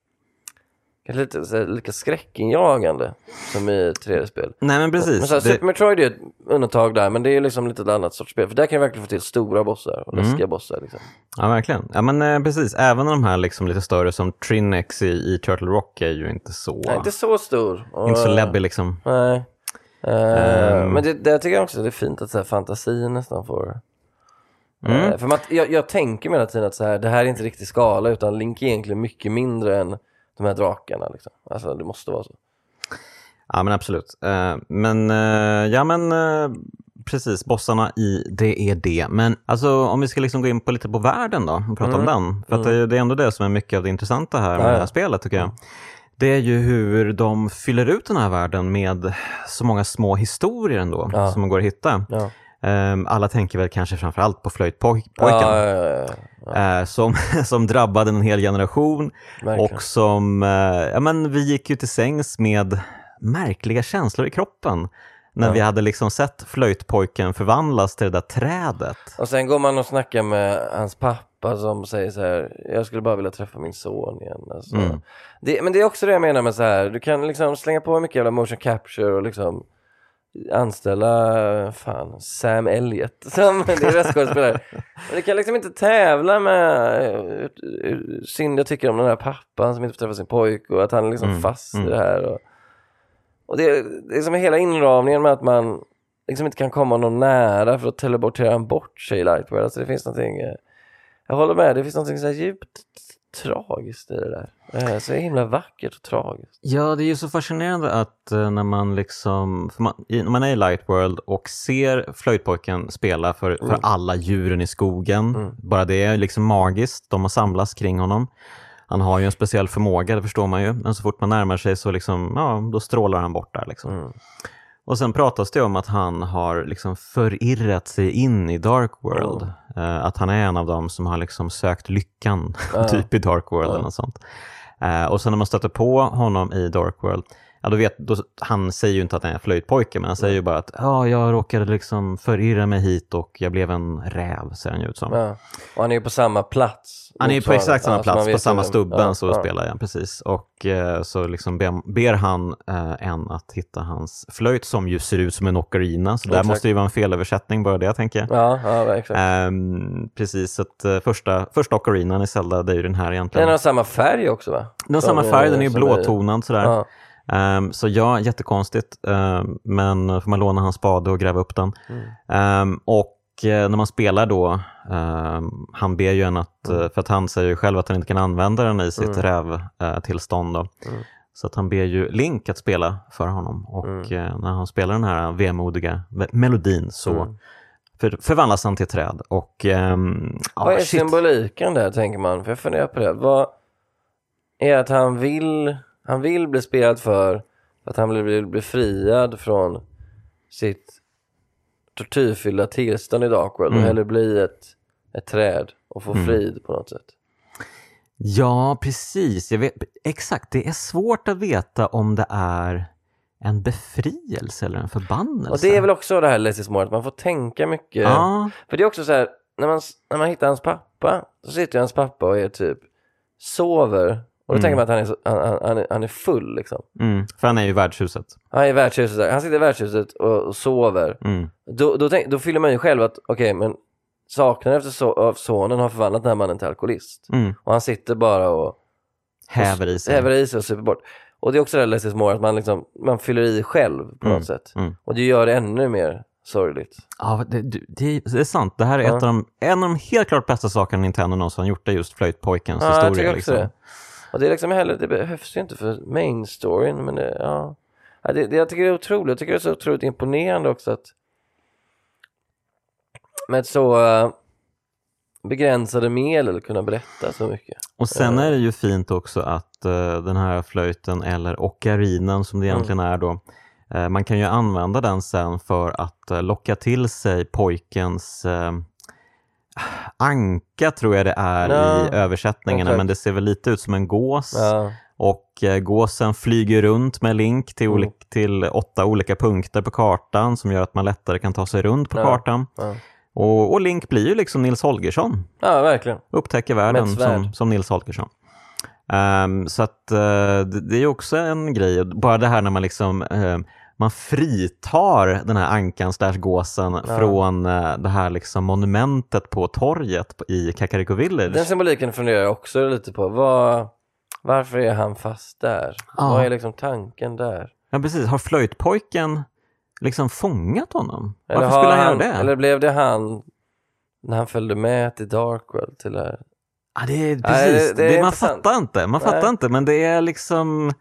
lite lika skräckinjagande som i 3D-spel. Nej, men precis. Men så här, Super Metroid är ett undantag där, men det är liksom lite ett annat sorts spel. För där kan du verkligen få till stora bossar och läskiga bossar. Liksom. Ja, verkligen. Ja, men precis. Även de här liksom lite större som Trinnex i Turtle Rock är ju inte så... Nej, inte så stor. Inte så läbbig liksom. Nej. Men det tycker jag också det är fint att så här, fantasin nästan får... för jag tänker mig hela tiden att så här, det här är inte riktigt skala utan Link är egentligen mycket mindre än de här drakarna liksom. Alltså det måste vara så. Ja, men absolut. Precis, bossarna i D&D. Men alltså om vi ska liksom gå in på lite på världen då och prata om den. För att det är ändå det som är mycket av det intressanta här med det här spelet tycker jag. Det är ju hur de fyller ut den här världen med så många små historier ändå som man går att hitta. Alla tänker väl kanske framförallt på Flöjtpojken som drabbade en hel generation. Verkligen. Och som vi gick ju till sängs med märkliga känslor i kroppen när vi hade liksom sett Flöjtpojken förvandlas till det där trädet. Och sen går man och snackar med hans pappa som säger så här: jag skulle bara vilja träffa min son igen alltså. Men det är också det jag menar med så här, du kan liksom slänga på mycket jävla motion capture och liksom anställa Sam Elliott som det är röstskådespelare. Men det kan liksom inte tävla med synd jag tycker om den här pappan som inte får träffa sin pojk och att han är liksom fast i det här och det är som hela inramningen med att man liksom inte kan komma någon nära för att teleportera en bort sig i Lightware. Alltså det finns någonting, jag håller med, det finns någonting så här djupt tragiskt i det där. Så himla vackert och tragiskt. Ja, det är ju så fascinerande att när man liksom när man är i Lightworld och ser Flöjtpojken spela för alla djuren i skogen. Bara det är liksom magiskt. De har samlats kring honom. Han har ju en speciell förmåga, det förstår man ju. Men så fort man närmar sig så liksom, då strålar han bort där liksom. Och sen pratas det om att han har liksom förirrat sig in i Dark World. Att han är en av dem som har liksom sökt lyckan typ i Dark World eller något sånt. Och sen när man stöter på honom i Dark World, han säger ju inte att han är Flöjtpojke, men han säger ju bara att jag råkade liksom förirra mig hit och jag blev en räv, ser han ju ut som. Ja. Och han är ju på samma plats. Han är ju på exakt samma plats, på samma stubben så spelar jag, precis. Och så liksom ber han en att hitta hans flöjt som ju ser ut som en ocarina. Så där måste ju vara en felöversättning, bara det tänker jag. Ja, exakt. Precis, att första ocarinan i Zelda, det är ju den här egentligen. Den har samma färg också, va? Den har samma färg, den är ju blåtonad sådär. Ja. Så ja, jättekonstigt. Men får man låna hans spade och gräva upp den. Och när man spelar då, han ber ju en att, för att han säger ju själv att han inte kan använda den i sitt rävtillstånd då. Så att han ber ju Link att spela för honom. Och när han spelar den här vemodiga melodin så förvandlas han till träd. Och, vad är symboliken där, tänker man? För jag funderar på det. Vad är att han vill bli spelad för att han vill bli befriad från sitt tortyrfyllda tillstånd i Darkworld och hellre bli ett träd och få frid på något sätt. Ja, precis. Jag vet, exakt. Det är svårt att veta om det är en befrielse eller en förbannelse. Och det är väl också det här Less is More, att man får tänka mycket. Ja. För det är också så här, när man hittar hans pappa, så sitter hans pappa och är typ sover. Och då tänker man att han är full liksom. För han är ju i värdshuset. Han är i värdshuset. Han sitter i värdshuset och sover. Då fyller man ju själv att okej, men saknaden av sonen har förvandlat den här mannen till alkoholist. Och han sitter bara och häver i sig och super bort. Och det är också det Less is More, att man fyller i själv på något sätt. Och det gör det ännu mer sorgligt. Ja, det är sant. Det här är en av de helt klart bästa sakerna Nintendo någonsin gjort, är just Flöjtpojkens historia. Jag tycker också liksom. det. Och det är liksom heller, det behövs ju inte för main storyn, men jag tycker det är otroligt. Jag tycker det är så otroligt imponerande också att med ett så begränsade medel kunna berätta så mycket. Och sen är det ju fint också att den här flöjten eller ocarinen som det egentligen är då, man kan ju använda den sen för att locka till sig pojkens anka, tror jag det är i översättningarna, men det ser väl lite ut som en gås. Och gåsen flyger runt med Link till 8 olika punkter på kartan som gör att man lättare kan ta sig runt på kartan. Och Link blir ju liksom Nils Holgersson. Ja, verkligen. Upptäcker världen som Nils Holgersson. Så att det är ju också en grej. Bara det här när man liksom man fritar den här ankan gåsen från det här liksom monumentet på torget i Kakariko Village. Den symboliken funderar jag också lite på. Varför är han fast där? Vad är liksom tanken där? Ja, precis. Har flöjtpojken liksom fångat honom? Eller varför skulle han göra det? Eller blev det han när han följde med till Darkworld till det här? Ja, det är precis. Man fattar inte. Man fattar inte, men det är liksom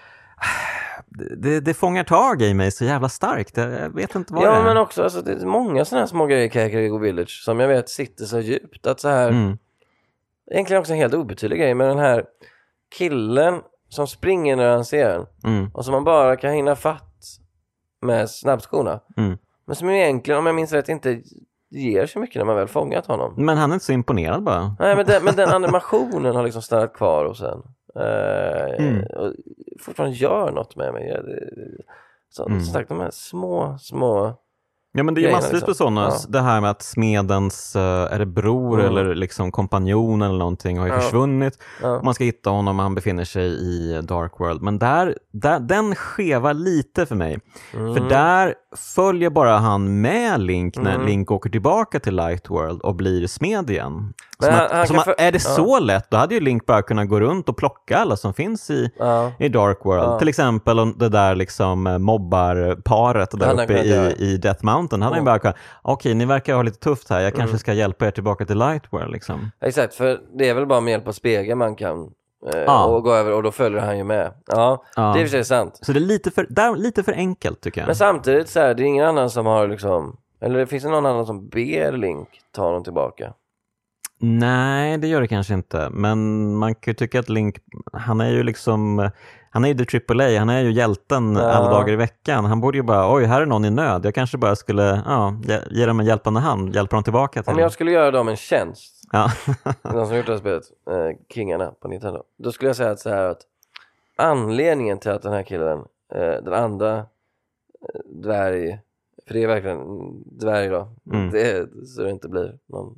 det fångar tag i mig så jävla starkt. Jag vet inte vad det är. Ja, men också alltså, det är många sådana här små grejer i Kakariko Village som jag vet sitter så djupt att så här egentligen också en helt obetydlig grej med den här killen som springer när han ser den och som man bara kan hinna fatt med snabbskorna. Men som egentligen, om jag minns rätt, inte ger så mycket när man väl fångat honom. Men han är inte så imponerad bara. Nej, men den animationen har liksom stannat kvar och sen och fortfarande gör något med mig. Så sagt, de här små ja, men det är ju massvis på sådana. Det här med att smedens är det bror eller liksom kompanjon eller någonting har ju försvunnit. Man ska hitta honom, han befinner sig i Darkworld. Men den skevar lite för mig. För där följer bara han med Link när Link åker tillbaka till Lightworld och blir smed igen. Är det så lätt? Då hade ju Link bara kunnat gå runt och plocka alla som finns i Darkworld. Till exempel om det där liksom mobbarparet där uppe i Death Mountain. Han är bara okej, ni verkar ha lite tufft här. Jag kanske ska hjälpa er tillbaka till Lightworld liksom. Exakt, för det är väl bara med hjälp av spegel man kan och gå över, och då följer han ju med. Ja, det är för sig sant. Så det är lite för enkelt tycker jag. Men samtidigt så här, det är ingen annan som har liksom, eller det finns någon annan som ber Link ta honom tillbaka. Nej, det gör det kanske inte. Men man kan ju tycka att Link, han är ju liksom, han är ju the AAA, han är ju hjälten alla dagar i veckan. Han borde ju bara, oj, här är någon i nöd. Jag kanske bara skulle ge dem en hjälpande hand, hjälpa dem tillbaka till. Om jag skulle göra dem en tjänst, ja. de som gjort det här spelet, Kingarna på Nintendo, då skulle jag säga att så här, att anledningen till att den här killen, den andra dvärg, för det är verkligen dvärg då, så det inte blir någon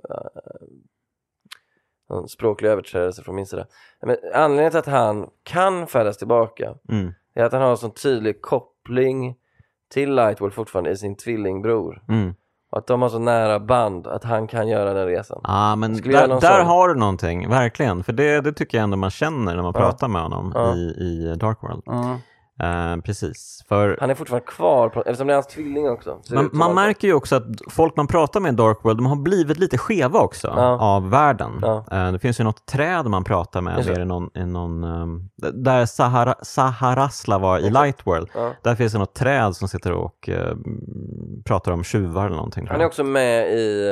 språklig överträdelse från min sida. Men anledningen till att han kan färdas tillbaka är att han har en sån tydlig koppling till Lightworld fortfarande i sin tvillingbror. Och att de har så nära band att han kan göra den resan. Ja, men där har du någonting, verkligen. För det tycker jag ändå man känner när man pratar med honom i Darkworld. Precis. För han är fortfarande kvar, eftersom det är hans tvilling också. Man märker ju också att folk man pratar med i Dark World, de har blivit lite skeva också av världen. Det finns ju något träd man pratar med där Saharasla var i Light World. Där finns det något träd som sitter och pratar om tjuvar eller någonting. Han är också med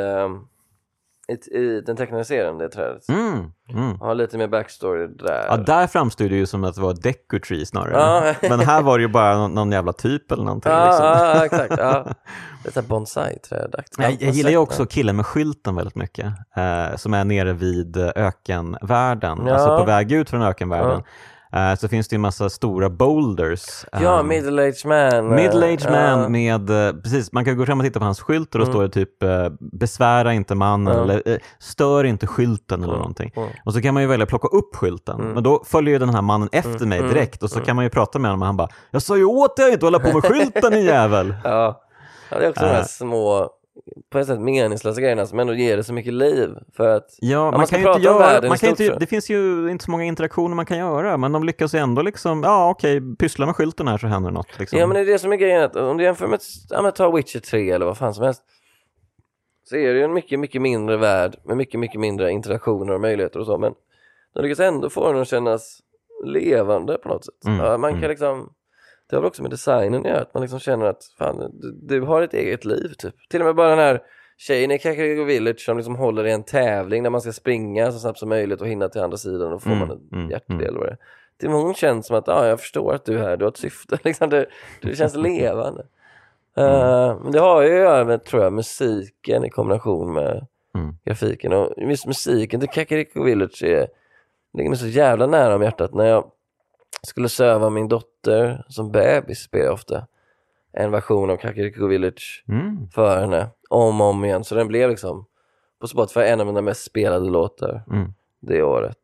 i den tecknade serien, det trädet. Har lite mer backstory där. Ja, där framstod det ju som att det var Deku Tree snarare. Men här var det ju bara någon jävla typ eller någonting. Ja, exakt. Ja. Det är ett bonsai-träd. Jag gillar ju också killen med skylten väldigt mycket. Som är nere vid ökenvärlden. Alltså på väg ut från ökenvärlden. Så finns det ju en massa stora boulders. Middle-aged man. Middle-aged man med, precis, man kan gå fram och titta på hans skylt och då står det typ besvära inte mannen eller stör inte skylten eller någonting. Och så kan man ju välja att plocka upp skylten. Men då följer ju den här mannen efter mig direkt och så kan man ju prata med honom och han bara, jag sa ju åt dig inte hålla på med skylten, din jävel. Ja, det är också de här små, på ett sätt meningslösa grejerna som ändå ger det så mycket liv för att man kan ju inte göra, det finns ju inte så många interaktioner man kan göra, men de lyckas ju ändå liksom, pyssla med skylten här så händer något liksom. Ja, men det är det som är grejen, att om du jämför med ta Witcher 3 eller vad fan som helst, så är det ju en mycket, mycket mindre värld med mycket, mycket mindre interaktioner och möjligheter och så, men de lyckas ändå få den att kännas levande på något sätt. Man kan liksom, det har väl också med designen att man liksom känner att fan, du har ett eget liv typ. Till och med bara den här tjejen i Kakariko Village som liksom håller i en tävling där man ska springa så snabbt som möjligt och hinna till andra sidan och får man en hjärtdel och det. Till och med hon känns som att jag förstår att du är här, du har ett syfte. Liksom, det känns levande. Men det har ju att göra med, tror jag, musiken i kombination med grafiken. Och just musiken till Kakariko Village ligger mig så jävla nära om hjärtat. När jag skulle söva min dotter som bebis spelar jag ofta en version av Kakariko Village för henne om och om igen, så den blev liksom på Spotify en av mina mest spelade låtar det året.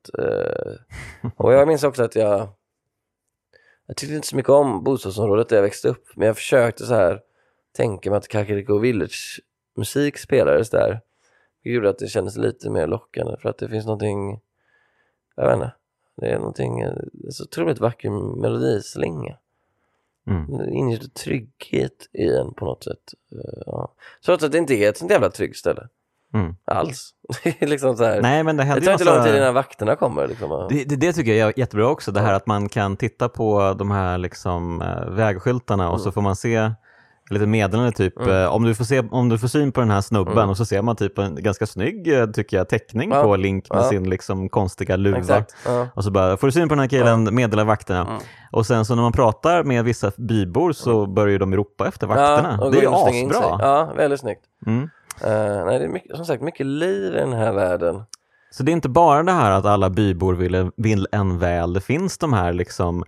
Och jag minns också att jag tyckte inte så mycket om bostadsområdet där jag växte upp, men jag försökte så här tänka mig att Kakariko Village musik spelades där. Det gjorde att det kändes lite mer lockande, för att det finns någonting, jag vet inte, det är någonting, det är så otroligt vacker melodislinga. Det inger trygghet i en på något sätt. Så att det inte är ett sånt jävla tryggt ställe. Alls. Det är liksom så här. Nej, men det tar inte lång tid innan vakterna kommer. Liksom. Det tycker jag är jättebra också. Det här att man kan titta på de här liksom, vägskyltarna och så får man se lite meddelande typ om du får syn på den här snubben och så ser man typ en ganska snygg, tycker jag, teckning på Link med sin liksom konstiga luva. Och så bara, får du syn på den här killen, meddela vakterna. Och sen så när man pratar med vissa bybor så börjar de ropa efter vakterna. Det är ju asbra. Ja, väldigt snyggt. Nej, det är mycket, som sagt, mycket liv i den här världen. Så det är inte bara det här att alla bybor vill en väl. Det finns de här liksom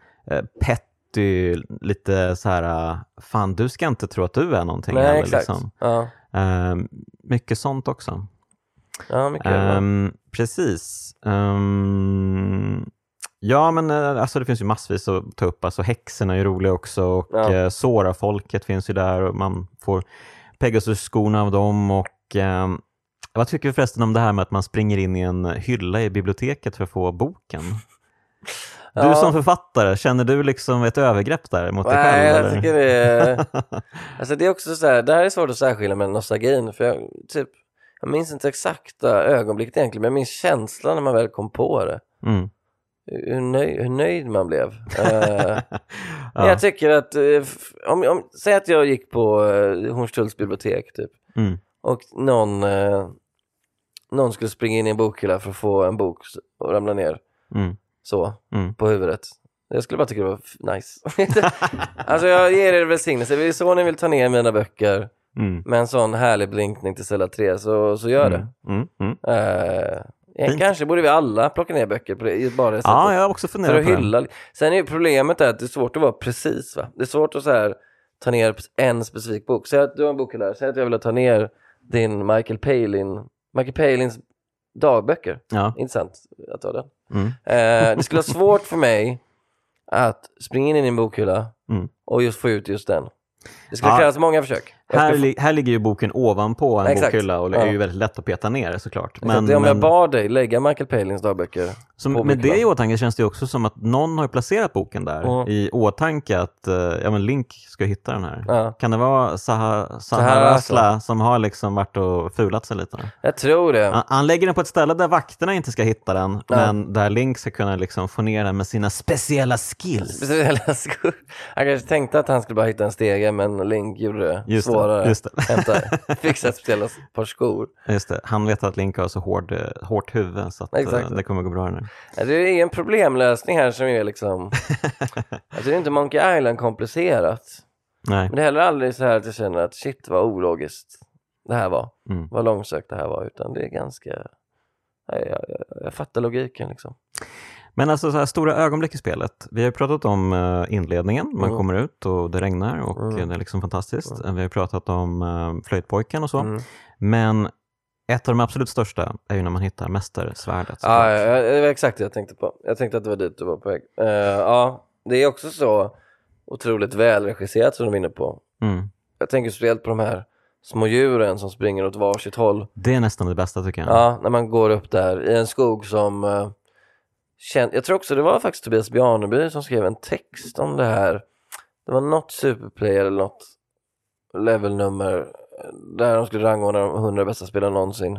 lite så här, fan, du ska inte tro att du är någonting. Nej, heller, exakt. liksom. Mycket sånt också. Ja, mycket. Precis. Ja, men alltså det finns ju massvis att ta upp. Alltså häxorna är ju roliga också. Och Sora-folket finns ju där. Och man får Pegasus-skorna av dem. Och vad tycker du förresten om det här med att man springer in i en hylla i biblioteket för att få boken? Du som författare, känner du liksom ett övergrepp där mot dig själv? Nej, jag eller? tycker det är... Alltså det är också så här, det här är svårt att särskilja med nostalgin. För jag minns inte exakta ögonblicket egentligen, men jag minns känslan när man väl kom på det. Hur nöjd man blev. Jag tycker att säg att jag gick på Hornstulls bibliotek typ, och någon skulle springa in i en bokhylla för att få en bok och ramla ner på huvudet. Jag skulle bara tycka det var nice. Alltså jag ger er välsignelse. Det är så ni vill ta ner mina böcker med en sån härlig blinkning till Cella 3, så gör det. Kanske borde vi alla plocka ner böcker på det, bara det sättet. Ja, jag har också funderat för att hylla. Sen är ju problemet att det är svårt att vara precis, va? Det är svårt att så här ta ner en specifik bok. Säg att du har en bok här. Säg att jag vill ta ner din Michael Palins dagböcker. Intressant att ta den. Det skulle vara svårt för mig att springa in i en bokhylla och just få ut just den. Det skulle krävas många försök. Här ligger ju boken ovanpå en bokhylla och det är ju väldigt lätt att peta ner såklart. Men om jag bad dig lägga Michael Palins dagböcker på med det i åtanke känns det också som att någon har placerat boken där i åtanke att Link ska hitta den här. Ja. Kan det vara Saharasla som har liksom varit och fulat sig lite? Jag tror det. Han lägger den på ett ställe där vakterna inte ska hitta den, men där Link ska kunna liksom få ner den med sina speciella skills. Han kanske tänkte att han skulle bara hitta en stege, men Link gjorde det svårare. Fixa ett speciellt par skor. Just det. Han vet att Link har så hårt huvud så att det kommer gå bra nu. Det är en problemlösning här som är liksom alltså det är inte Monkey Island komplicerat. Nej. Men det är heller aldrig så här att jag känner att shit vad ologiskt det här var. Vad långsökt det här var, utan det är ganska jag fattar logiken liksom. Men alltså så här stora ögonblick i spelet. Vi har ju pratat om inledningen. Man kommer ut och det regnar och det är liksom fantastiskt. Vi har ju pratat om flöjtpojken och så. Men ett av de absolut största är ju när man hittar mästersvärdet. Ja, det var exakt det jag tänkte på. Jag tänkte att det var dit du var på väg. Ja, det är också så otroligt välregisserat som de är inne på. Jag tänker speciellt på de här små djuren som springer åt varsitt håll. Det är nästan det bästa tycker jag. Ja, när man går upp där i en skog som... jag tror också det var faktiskt Tobias Bjarneby som skrev en text om det här. Det var något Superplayer eller något levelnummer där de skulle rangordna de 100 bästa spelarna någonsin.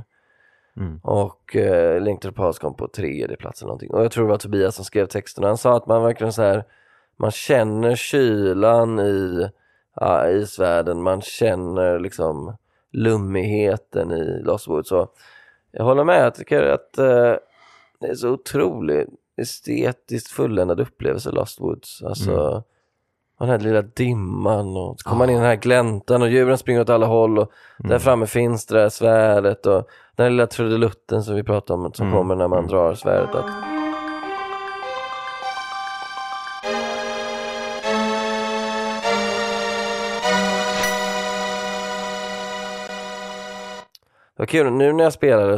Och Link to the Past kom på 3:e plats eller någonting. Och jag tror det var Tobias som skrev texten. Han sa att man verkligen så här, man känner kylan i isvärlden, man känner liksom lummigheten i Lost Woods. Så jag håller med, jag tycker att det är så otroligt estetiskt fulländad upplevelse Lost Woods. Alltså den här lilla dimman och så kommer man in i den här gläntan och djuren springer åt alla håll och där framme finns det där svärdet och den här lilla trudelutten som vi pratade om som kommer när man drar svärdet. Det var kul, nu när jag spelade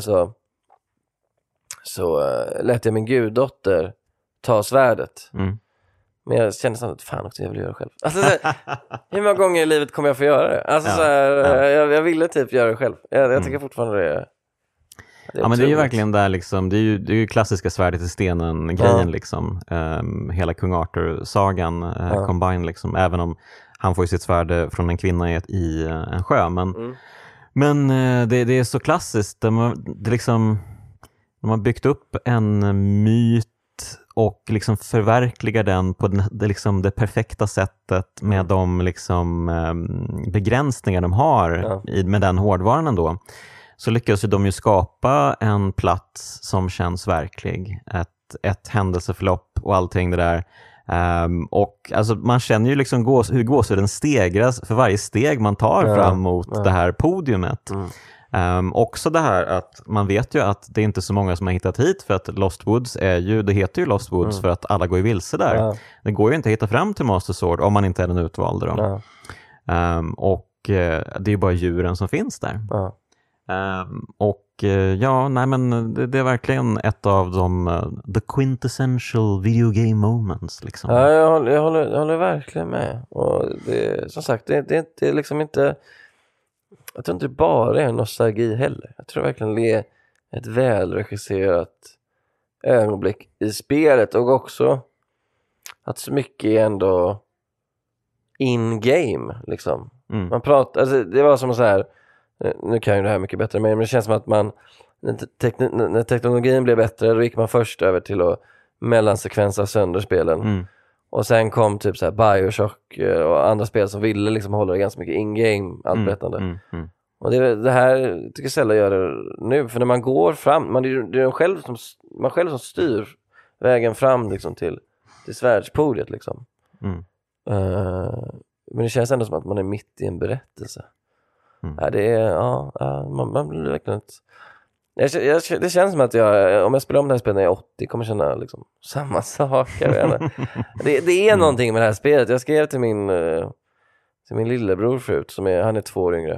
så lät jag min guddotter ta svärdet. Men jag kände samtidigt, fan också, jag vill göra det själv. Alltså, hur många gånger i livet kommer jag få göra det? Alltså, jag ville typ göra det själv. Jag tycker fortfarande det är men det är ju verkligen där liksom, det är ju klassiska svärdet i stenen grejen liksom. Hela Kung Arthur-sagan combine liksom, även om han får ju sitt svärd från en kvinna i en sjö. Men det är så klassiskt. Det liksom, de har byggt upp en myt och liksom förverkligar den på det perfekta sättet med de liksom, begränsningar de har med den hårdvaran ändå. Så lyckas de ju skapa en plats som känns verklig. Ett händelseförlopp och allting det där. Och alltså, man känner ju liksom hur gåshuden stegras för varje steg man tar fram mot det här podiumet. Också det här att man vet ju att det är inte så många som har hittat hit, för att Lost Woods det heter ju Lost Woods för att alla går ju vilse där. Det går ju inte att hitta fram till Master Sword om man inte är den utvalde då. Och det är ju bara djuren som finns där. Det är verkligen ett av de the quintessential video game moments liksom. Ja, jag håller verkligen med. Och det, som sagt, det är liksom inte, jag tror inte det bara är nostalgi heller. Jag tror verkligen det är ett välregisserat ögonblick i spelet, och också att så mycket är ändå in-game liksom. Man pratar, alltså det var som så här, nu kan ju det här mycket bättre, men det känns som att när teknologin blev bättre, då gick man först över till att mellansekvensa sönder spelen. Och sen kom typ så här BioShock och andra spel som ville liksom hålla det ganska mycket in-game allberättande. Och det här tycker jag sällan gör det nu, för när man går fram, det är man själv som styr vägen fram liksom till svärdspodiet liksom. Men det känns ändå som att man är mitt i en berättelse. Ja, det är man blir verkligen det känns som att om jag spelar om det här spelet när jag är 80 kommer känna liksom samma sak. Det är någonting med det här spelet. Jag skrev till min lillebror förut, han är 2 år yngre.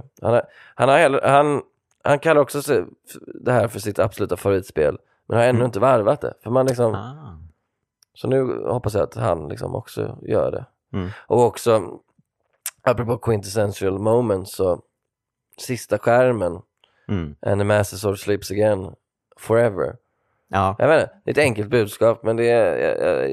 Han kallar också det här för sitt absoluta favoritspel, men har ännu inte varvat det. För man liksom så nu hoppas jag att han liksom också gör det. Och också apropå quintessential moments, så sista skärmen, and the Master Sword sleeps again forever. Ja. Jag vet inte, det är ett enkelt budskap, men det är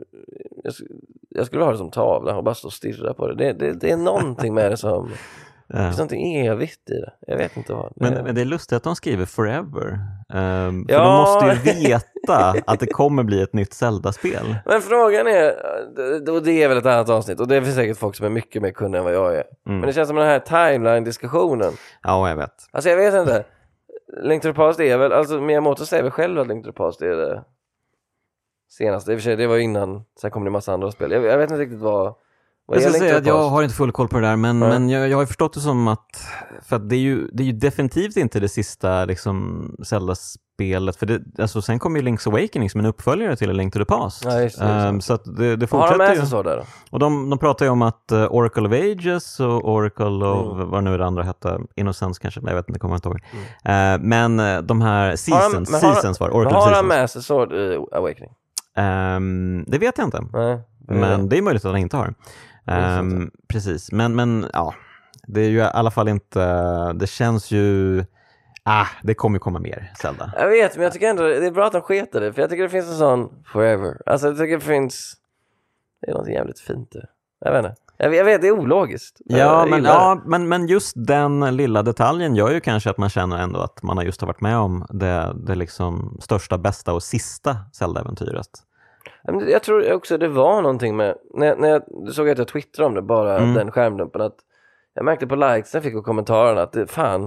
jag skulle ha det som tavla och bara stå och stirra på det. Det är någonting med det som det är någonting evigt i det. Jag vet inte vad. Men det är lustigt att de skriver forever. För de måste ju veta att det kommer bli ett nytt Zelda-spel. Men frågan är, och det är väl ett annat avsnitt, och det finns säkert folk som är mycket mer kunniga än vad jag är. Men det känns som den här timeline-diskussionen. Ja, jag vet. Alltså jag vet inte. Link to the Past är väl, alltså Miyamoto säger väl själv att Link to the Past är det senaste. I och för sig, det var innan, sen kom det en massa andra spel. Jag vet inte riktigt vad jag ska säga att jag har inte full koll på det där, men jag har ju förstått det som att, för att det är ju definitivt inte det sista liksom Zelda-spelet, för det, alltså, sen kommer ju Link's Awakening som en uppföljare till A Link to the Past. Ja, just det. Så att det fortsätter med ju. så där då? Och de pratar ju om att Oracle of Ages och Oracle of vad nu det andra hette, Innocence kanske, jag vet inte, kommer jag inte ihåg. Men de här Seasons var Oracle Har of han med sig Sword i Awakening? Det vet jag inte. Nej. Men det är möjligt att han inte har. Precis, men ja, det är ju i alla fall inte, det känns ju det kommer ju komma mer Zelda. Jag vet, men jag tycker ändå det är bra att de sketar det, för jag tycker det finns en sån forever. Alltså jag tycker det finns, det är något jävligt fint det. Jag vet inte. Jag vet, det är ologiskt. Men just den lilla detaljen gör ju kanske att man känner ändå att man har just varit med om det liksom största, bästa och sista Zelda-äventyret. Jag tror också det var någonting med när du såg att jag twittrade om det, bara den skärmdumpen, att jag märkte på likes jag fick och kommentarerna att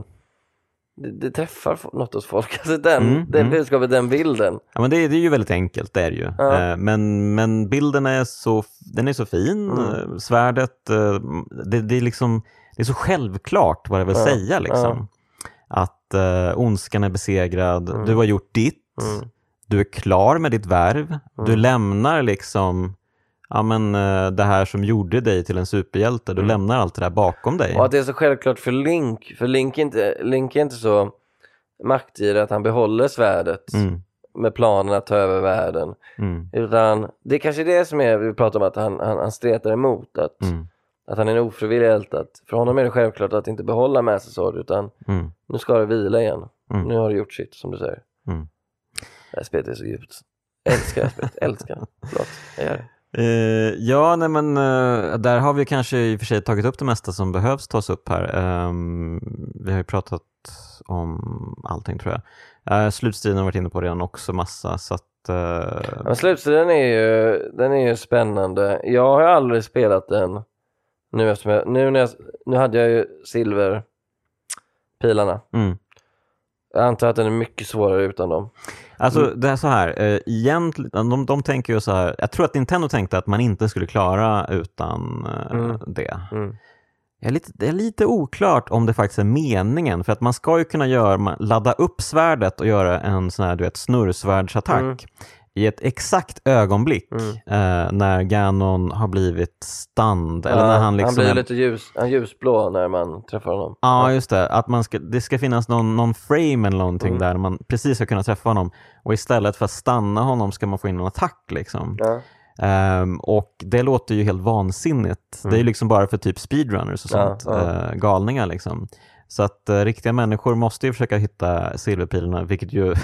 det träffar något hos folk, alltså den budskapet, den bilden. Ja, men det är ju väldigt enkelt, det är ju. Men bilden är så fin, svärdet, det är liksom, det är så självklart vad jag vill säga liksom. Att ondskan är besegrad, du har gjort ditt. Du är klar med ditt värv. Du lämnar liksom det här som gjorde dig till en superhjälte. Du lämnar allt det där bakom dig. Och att det är så självklart för Link. För Link är inte så maktgirig att han behåller svärdet med planen att ta över världen. Utan det är kanske det som är, vi pratar om att han stretar emot. Att han är en ofrivillig hjälte. För honom är det självklart att inte behålla Master Sword, utan nu ska det vila igen. Nu har det gjort sitt, som du säger. Det här spelet är så djupt. Älskar spelet. Älskar det. Förlåt, jag gör det. Där har vi kanske i och för sig tagit upp det mesta som behövs tas upp här. Vi har ju pratat om allting, tror jag. Slutstriden har varit inne på redan också massa, så att... Men slutstriden är ju spännande. Jag har aldrig spelat den nu, nu hade jag ju silverpilarna. Jag antar att den är mycket svårare utan dem. Alltså det är så här, egentligen, de tänker ju så här, jag tror att Nintendo tänkte att man inte skulle klara utan det. Det är lite oklart om det faktiskt är meningen, för att man ska ju kunna ladda upp svärdet och göra en sån här, snurrsvärdsattack i ett exakt ögonblick när Ganon har blivit stunned, eller när han liksom... Han blir lite ljusblå när man träffar honom. Ja, just det. Att det ska finnas någon frame eller någonting där man precis ska kunna träffa honom. Och istället för att stanna honom ska man få in en attack liksom. Och det låter ju helt vansinnigt. Det är ju liksom bara för typ speedrunners och sånt. Galningar liksom. Så att riktiga människor måste ju försöka hitta silverpilarna, vilket ju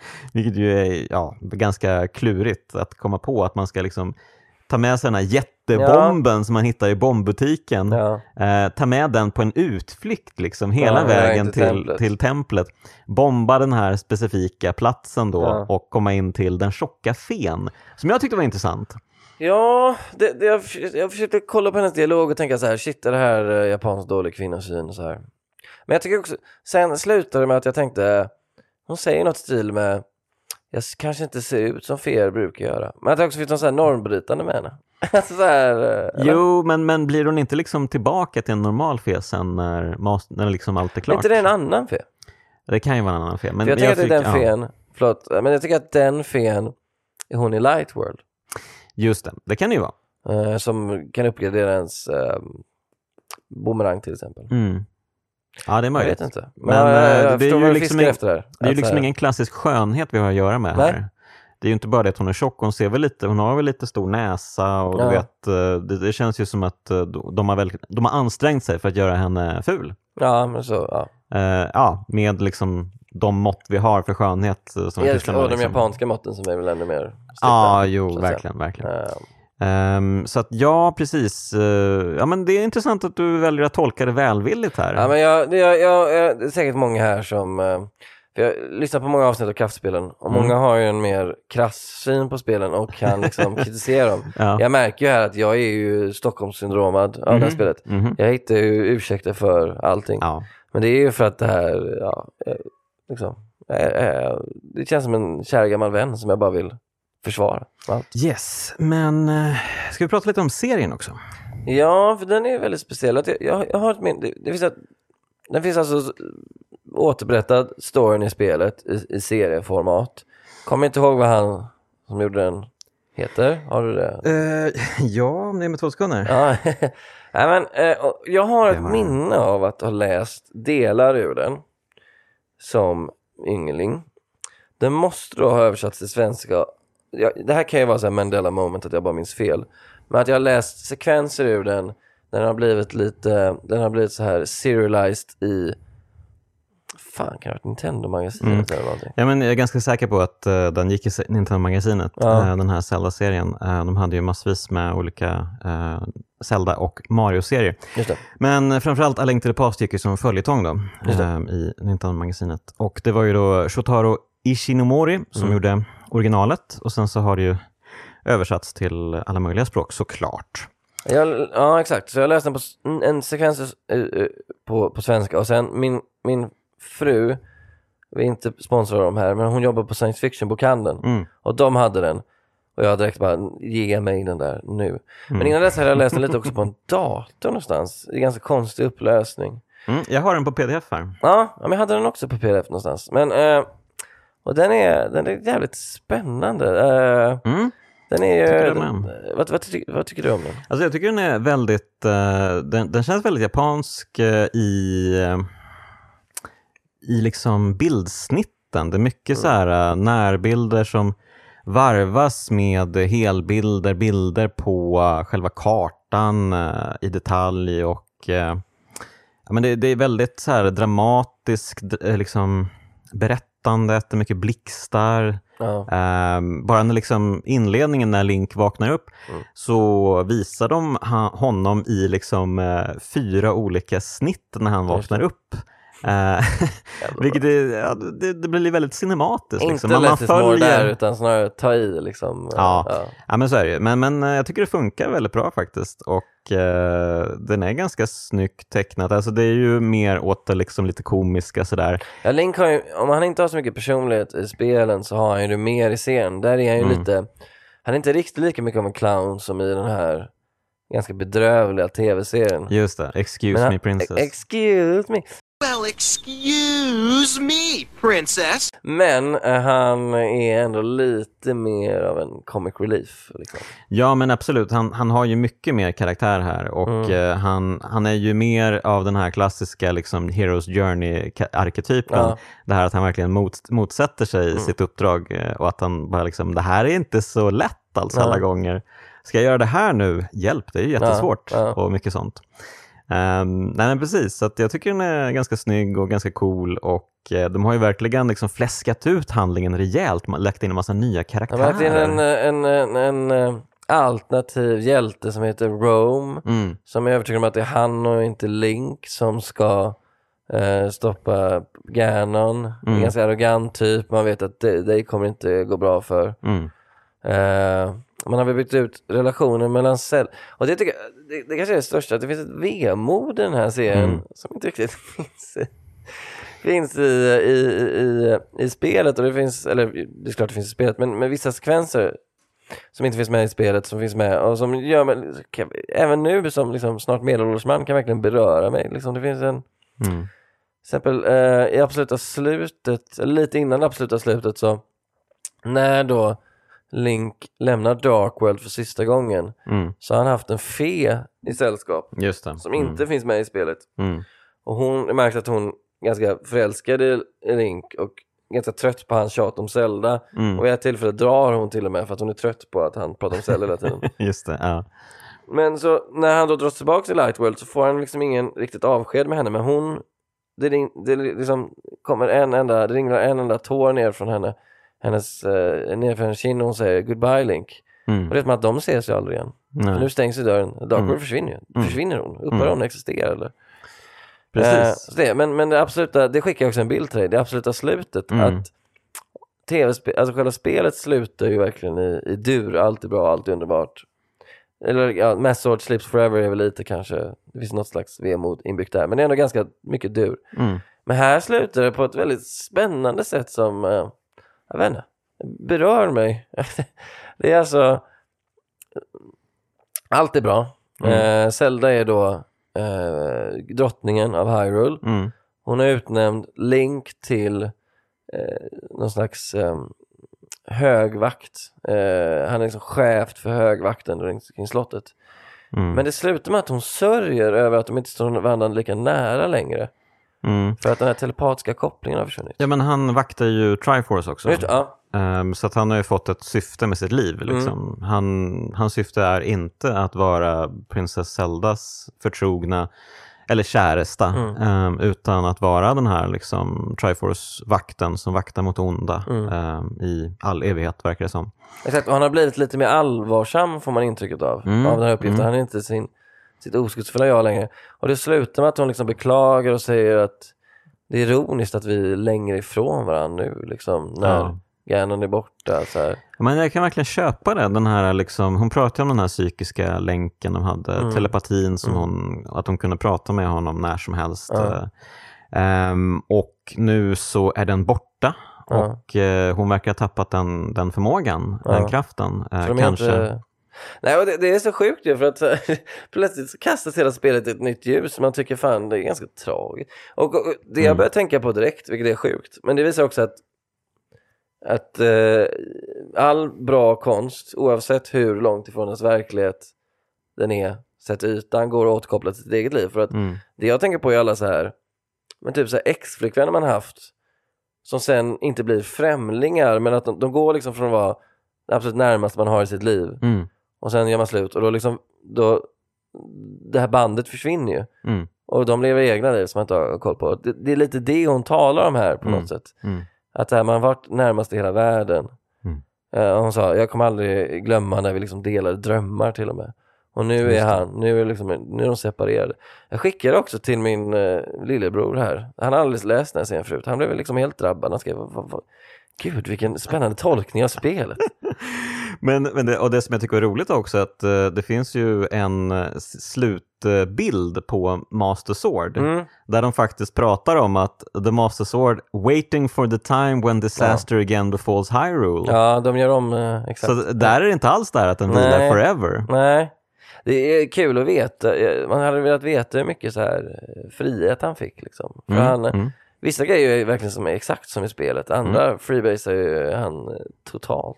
är ganska klurigt att komma på, att man ska liksom ta med sig den här jättebomben som man hittar i bombbutiken. Ta med den på en utflykt liksom hela vägen till templet. Bomba den här specifika platsen då och komma in till den tjocka fen, som jag tyckte var intressant. Ja, jag försökte kolla på hennes dialog och tänka så här, shit, är det här japansk dålig kvinnosyn och så här. Men jag tycker också, sen slutade det med att jag tänkte, hon säger något stil med, jag kanske inte ser ut som fer brukar göra. Men att det också finns något så här normbrytande med henne. Alltså så här, jo, men blir hon inte liksom tillbaka till en normal fe sen när liksom allt är klart? Inte det en annan fe? Det kan ju vara en annan fe. Men jag tycker att den fen, förlåt, men jag tycker att den fen är hon i Light World. Just det kan det ju vara. Som kan uppgradera ens boomerang till exempel. Ja, det är möjligt. Jag vet inte. Men det är ju liksom, efter det är ju liksom ingen klassisk skönhet vi har att göra med här. det är ju inte bara det att hon är tjock, hon har väl lite stor näsa och du vet, det känns ju som att de har ansträngt sig för att göra henne ful. Ja, men så, med liksom de mått vi har för skönhet. Som och de japanska måtten som är väl ännu mer strikta. Ja, verkligen. Så att precis. Men det är intressant att du väljer att tolka det välvilligt här. Ja, men det är säkert många här som... För jag lyssnar på många avsnitt av Kaffespelen och många har ju en mer krass syn på spelen och kan liksom kritisera dem. Jag märker ju här att jag är ju Stockholmssyndromad av det här spelet. Jag hittar ju ursäkter för allting. Men det är ju för att det här det känns som en kär gammal vän som jag bara vill försvara. Yes, men ska vi prata lite om serien också? Ja, för den är väldigt speciell. Jag har den finns alltså återberättad storyn i spelet i serieformat. Kommer inte ihåg vad han som gjorde den heter. Har du det? Ja, det är med 2 sekunder. Ja. Jag har ett minne av att ha läst delar ur den som yngling. Den måste då ha översatts till svenska. Det här kan ju vara så här Mandela moment att jag bara minns fel. Men att jag har läst sekvenser ur den. Den har blivit så här serialized i kan det ha varit Nintendo-magasinet eller någonting? Ja, men jag är ganska säker på att den gick i Nintendo-magasinet, den här Zelda-serien. De hade ju massvis med olika Zelda- och Mario-serier. Just det. Men framförallt A Link to the Past gick ju som följetong då, i Nintendo-magasinet. Och det var ju då Shotaro Ishinomori som gjorde originalet. Och sen så har det ju översatts till alla möjliga språk, såklart. Ja, exakt. Så jag läste en sekvens på svenska. Och sen min fru, vi är inte sponsrade av dem här, men hon jobbar på science fiction-bokhandeln. Och de hade den. Och jag direkt bara, ge mig den där nu. Men innan dess hade jag läst den lite också på en dator någonstans. Det är ganska konstig upplösning. Jag har den på pdf här. Ja, men jag hade den också på pdf någonstans. Men, och den är jävligt spännande. Den är ju... Vad tycker du om den? Alltså jag tycker den är väldigt... Den känns väldigt japansk i liksom bildsnitten. Det är mycket så här närbilder som varvas med helbilder, bilder på själva kartan i detalj och men det är väldigt så här dramatiskt liksom berättandet, det är mycket blixtar. Bara när liksom inledningen när Link vaknar upp så visar de honom i liksom 4 olika snitt när han vaknar upp. Vilket det blir väldigt cinematiskt. Inte liksom. Man följer där utan snarare ta i liksom. Ja, men så är det ju. Men jag tycker det funkar väldigt bra faktiskt. Och den är ganska snyggt tecknat. Alltså det är ju mer åt det liksom lite komiska sådär. Ja, Link har ju, om han inte har så mycket personlighet i spelen så har han ju mer i scen. Där är han ju lite, han är inte riktigt lika mycket av en clown som i den här ganska bedrövliga tv-serien. Just det, Excuse Me Princess. Excuse me. Well, excuse me, princess. Men han är ändå lite mer av en comic relief. Liksom. Ja, men absolut. Han har ju mycket mer karaktär här. Och han är ju mer av den här klassiska liksom, Hero's Journey-arketypen. Ja. Det här att han verkligen motsätter sig sitt uppdrag. Och att han bara liksom, det här är inte så lätt alltså alla gånger. Ska jag göra det här nu? Hjälp, det är ju jättesvårt. Och mycket sånt. Nej men precis, så att jag tycker den är ganska snygg och ganska cool och de har ju verkligen liksom fläskat ut handlingen rejält, lagt in en massa nya karaktärer. Det är en alternativ hjälte som heter Rome som är övertygad om att det är han och inte Link som ska stoppa Ganon. En ganska arrogant typ, man vet att det kommer inte gå bra för. Man har byggt ut relationer mellan och det tycker jag, det kanske är det största, att det finns ett vemod i den här serien som inte riktigt finns i spelet, och det finns, eller det är klart det finns i spelet, men med vissa sekvenser som inte finns med i spelet som finns med och som gör mig, även nu som liksom snart medelålders man, kan verkligen beröra mig liksom. Det finns en till exempel i absoluta slutet, lite innan det absoluta slutet, så när då Link lämnar Darkworld för sista gången så har han haft en fe i sällskap. Just det. Som inte finns med i spelet. Och hon märker att hon är ganska förälskad i Link och ganska trött på hans tjat om Zelda. Och i ett tillfälle drar hon till och med för att hon är trött på att han pratar om Zelda hela tiden. Just det, ja. Men så när han då dras tillbaka till Light World så får han liksom ingen riktigt avsked med henne. Men det liksom kommer det ringlar en enda tår ner från henne. Ner för hennes kind och hon säger goodbye Link. Och det är som att de ses ju aldrig igen. Nu stängs ju dörren. Dark World försvinner hon. Upphör hon existera eller? Precis. Men det absoluta, det skickar också en bild till dig. Det absoluta slutet att tv-spel, alltså själva spelet slutar ju verkligen i dur. Allt är bra, allt är underbart. Eller ja, Mass Sword Slips Forever är väl lite kanske, det finns något slags vemod inbyggt där, men det är ändå ganska mycket dur. Men här slutar det på ett väldigt spännande sätt som jag vet inte, berör mig. Det är alltså allt är bra. Zelda är då drottningen av Hyrule. Hon är utnämnd Link till någon slags högvakt. Han är liksom chef för högvakten kring slottet. Men det slutar med att hon sörjer över att de inte står varandra lika nära längre. För att den här telepatiska kopplingen har försvunnit. Ja, men han vaktar ju Triforce också. Just, ja. Så att han har ju fått ett syfte med sitt liv. Liksom. Hans syfte är inte att vara prinsess Zeldas förtrogna eller käresta, utan att vara den här liksom, Triforce-vakten som vaktar mot onda i all evighet, verkar det som. Exakt, och han har blivit lite mer allvarsam, får man intrycket av den här uppgiften. Han är inte sitt oskuldsfulla jag längre. Och det slutar med att hon liksom beklagar och säger att det är ironiskt att vi är längre ifrån varandra nu, liksom, när Ganon är borta. Så här. Men jag kan verkligen köpa det. Den här, liksom, hon pratade om den här psykiska länken de hade, telepatin som att hon kunde prata med honom när som helst. Och nu så är den borta. Och hon verkar ha tappat den förmågan, den kraften. Kanske... Nej, och det är så sjukt ju, för att plötsligt så kastas hela spelet i ett nytt ljus. Man tycker fan det är ganska tragiskt. Och det jag börjar tänka på direkt, vilket är sjukt, men det visar också att all bra konst, oavsett hur långt ifrån ens verklighet den är sett ytan, går att återkoppla till sitt eget liv. För att det jag tänker på är alla så här, men typ så här ex-flickvänner man haft som sen inte blir främlingar, men att de går liksom från att vara det absolut närmaste man har i sitt liv. Och sen gör man slut och då det här bandet försvinner ju. Och de lever egna liv som man inte har koll på. Det är lite det hon talar om här på något sätt. Att det här, man har varit närmast i hela världen. Och hon sa, jag kommer aldrig glömma när vi liksom delade drömmar till och med. Och nu är de separerade. Jag skickade också till min lillebror här. Han har aldrig läst den här serien förut. Han blev liksom helt drabbad. Han skrev, gud, vilken spännande tolkning av spelet. Men det som jag tycker är roligt också är att det finns ju en slutbild på Master Sword där de faktiskt pratar om att the Master Sword waiting for the time when disaster again befalls Hyrule. Ja, de gör om exakt. Så där är det inte alls där att den vilar forever. Nej, det är kul att veta. Man hade velat veta hur mycket så här frihet han fick liksom. För vissa grejer är verkligen som är exakt som i spelet. Andra freebasar ju han totalt.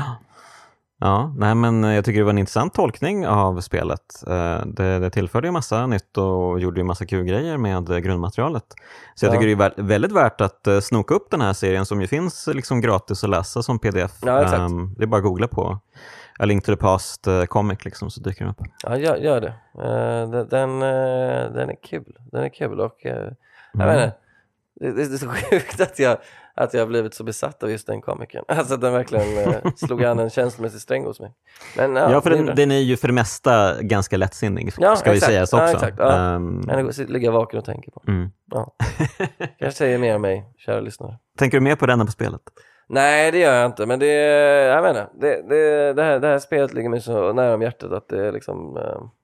Ja, nej, men jag tycker det var en intressant tolkning av spelet. Det tillförde ju massa nytt och gjorde ju massa kul grejer med grundmaterialet. Så jag tycker det är väldigt värt att snoka upp den här serien som ju finns liksom gratis att läsa som pdf. Ja, exakt. Det är bara att googla på A Link to the Past comic liksom, så dyker den upp. Ja, gör det. Den är kul. Den är kul och jag menar, det är så sjukt att jag har blivit så besatt av just den komikern. Alltså den verkligen slog an en känslomässig sträng hos mig. Men, ja, för den är ju för det mesta ganska lättsinnig, ska vi säga så också. Ja, exakt. Jag ligger vaken och tänker på. Ja. Kanske säger mer om mig, kära lyssnare. Tänker du mer på den än på spelet? Nej, det gör jag inte. Men jag menar, det här spelet ligger mig så nära om hjärtat att det är liksom...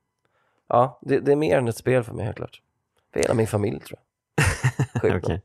det är mer än ett spel för mig, helt klart. För hela min familj, tror jag. Okay.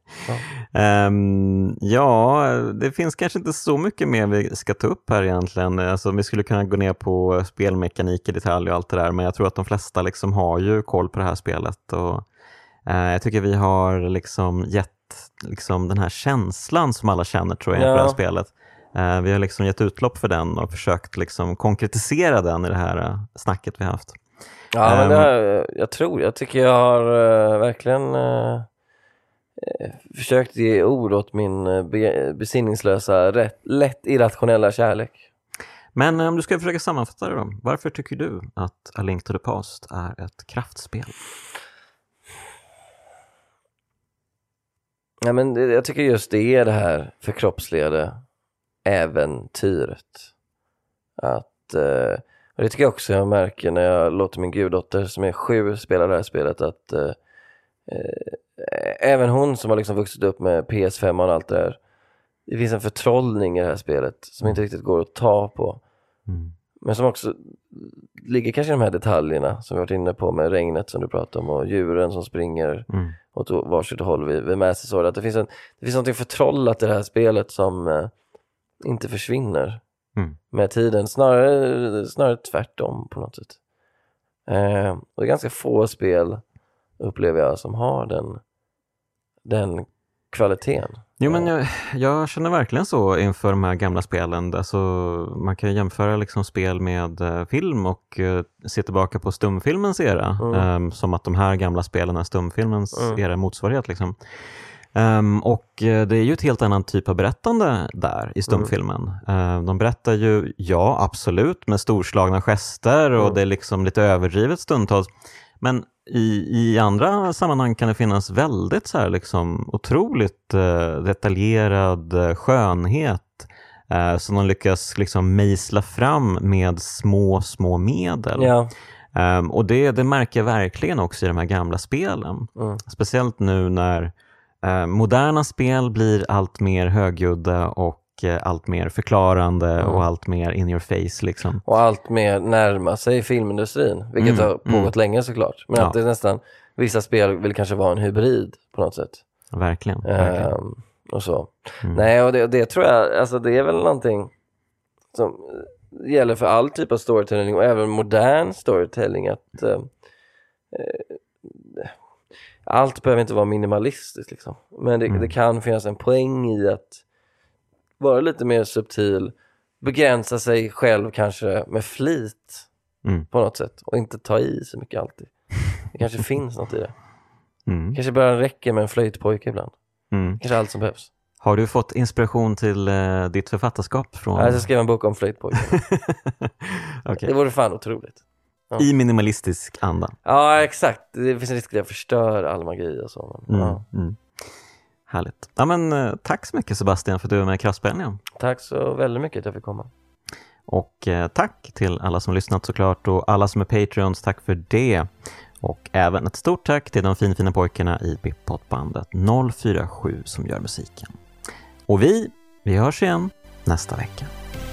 Ja, det finns kanske inte så mycket mer vi ska ta upp här egentligen. Alltså, vi skulle kunna gå ner på spelmekanik i detalj och allt det där, men jag tror att de flesta liksom har ju koll på det här spelet och jag tycker vi har liksom gett liksom den här känslan som alla känner, tror jag, för det här spelet. Vi har liksom gett utlopp för den och försökt liksom konkretisera den i det här snacket vi har haft. Ja, men jag tycker jag har verkligen försökt ge ord åt min besinningslösa, lätt irrationella kärlek. Men om du ska försöka sammanfatta det då, varför tycker du att A Link to the Past är ett kraftspel? Ja, men jag tycker just det är det här förkroppsligade äventyret. Och det tycker jag också jag märker när jag låter min guddotter som är 7 spela det här spelet, att även hon som har liksom vuxit upp med PS5 och allt det där, det finns en förtrollning i det här spelet som inte riktigt går att ta på. Men som också ligger kanske i de här detaljerna som vi varit inne på, med regnet som du pratade om och djuren som springer åt varsitt håll vid Master Sword. Att det finns något förtrollat i det här spelet som inte försvinner med tiden. Snarare tvärtom på något sätt. Och det är ganska få spel, upplever jag, som har den kvaliteten. Jo, men jag känner verkligen så inför de här gamla spelen. Alltså, man kan jämföra liksom spel med film och se tillbaka på stumfilmens era. Som att de här gamla spelen är stumfilmens era motsvarighet. Liksom. Och det är ju ett helt annan typ av berättande där i stumfilmen. De berättar ju, ja absolut, med storslagna gester och det är liksom lite överdrivet stundtals. Men i andra sammanhang kan det finnas väldigt så här liksom otroligt detaljerad skönhet som de lyckas liksom mejsla fram med små medel. Ja. Och det märker jag verkligen också i de här gamla spelen. Speciellt nu när moderna spel blir allt mer högljudda och allt mer förklarande och allt mer in your face liksom. Och allt mer närma sig filmindustrin, vilket har pågått länge såklart. Men att det är nästan, vissa spel vill kanske vara en hybrid på något sätt. Verkligen. Och så. Nej, och det tror jag, alltså det är väl någonting som gäller för all typ av storytelling och även modern storytelling, att allt behöver inte vara minimalistiskt liksom. Men det kan finnas en poäng i att vara lite mer subtil, begränsa sig själv kanske med flit på något sätt och inte ta i så mycket alltid. Det kanske finns något i det. Kanske bara räcker med en flöjtpojke ibland. Kanske allt som behövs. Har du fått inspiration till ditt författarskap från... Jag ska skriva en bok om flöjtpojken. Okay. Det vore fan otroligt. Ja. I minimalistisk anda. Ja, exakt. Det finns en risk att jag förstör all magi och så. Men, Härligt. Ja, men tack så mycket Sebastian för att du är med i Kraftspelen igen. Tack så väldigt mycket att jag fick komma. Och tack till alla som lyssnat såklart, och alla som är Patreons, tack för det. Och även ett stort tack till de fina pojkarna i Bippotbandet 047 som gör musiken. Och vi hörs igen nästa vecka.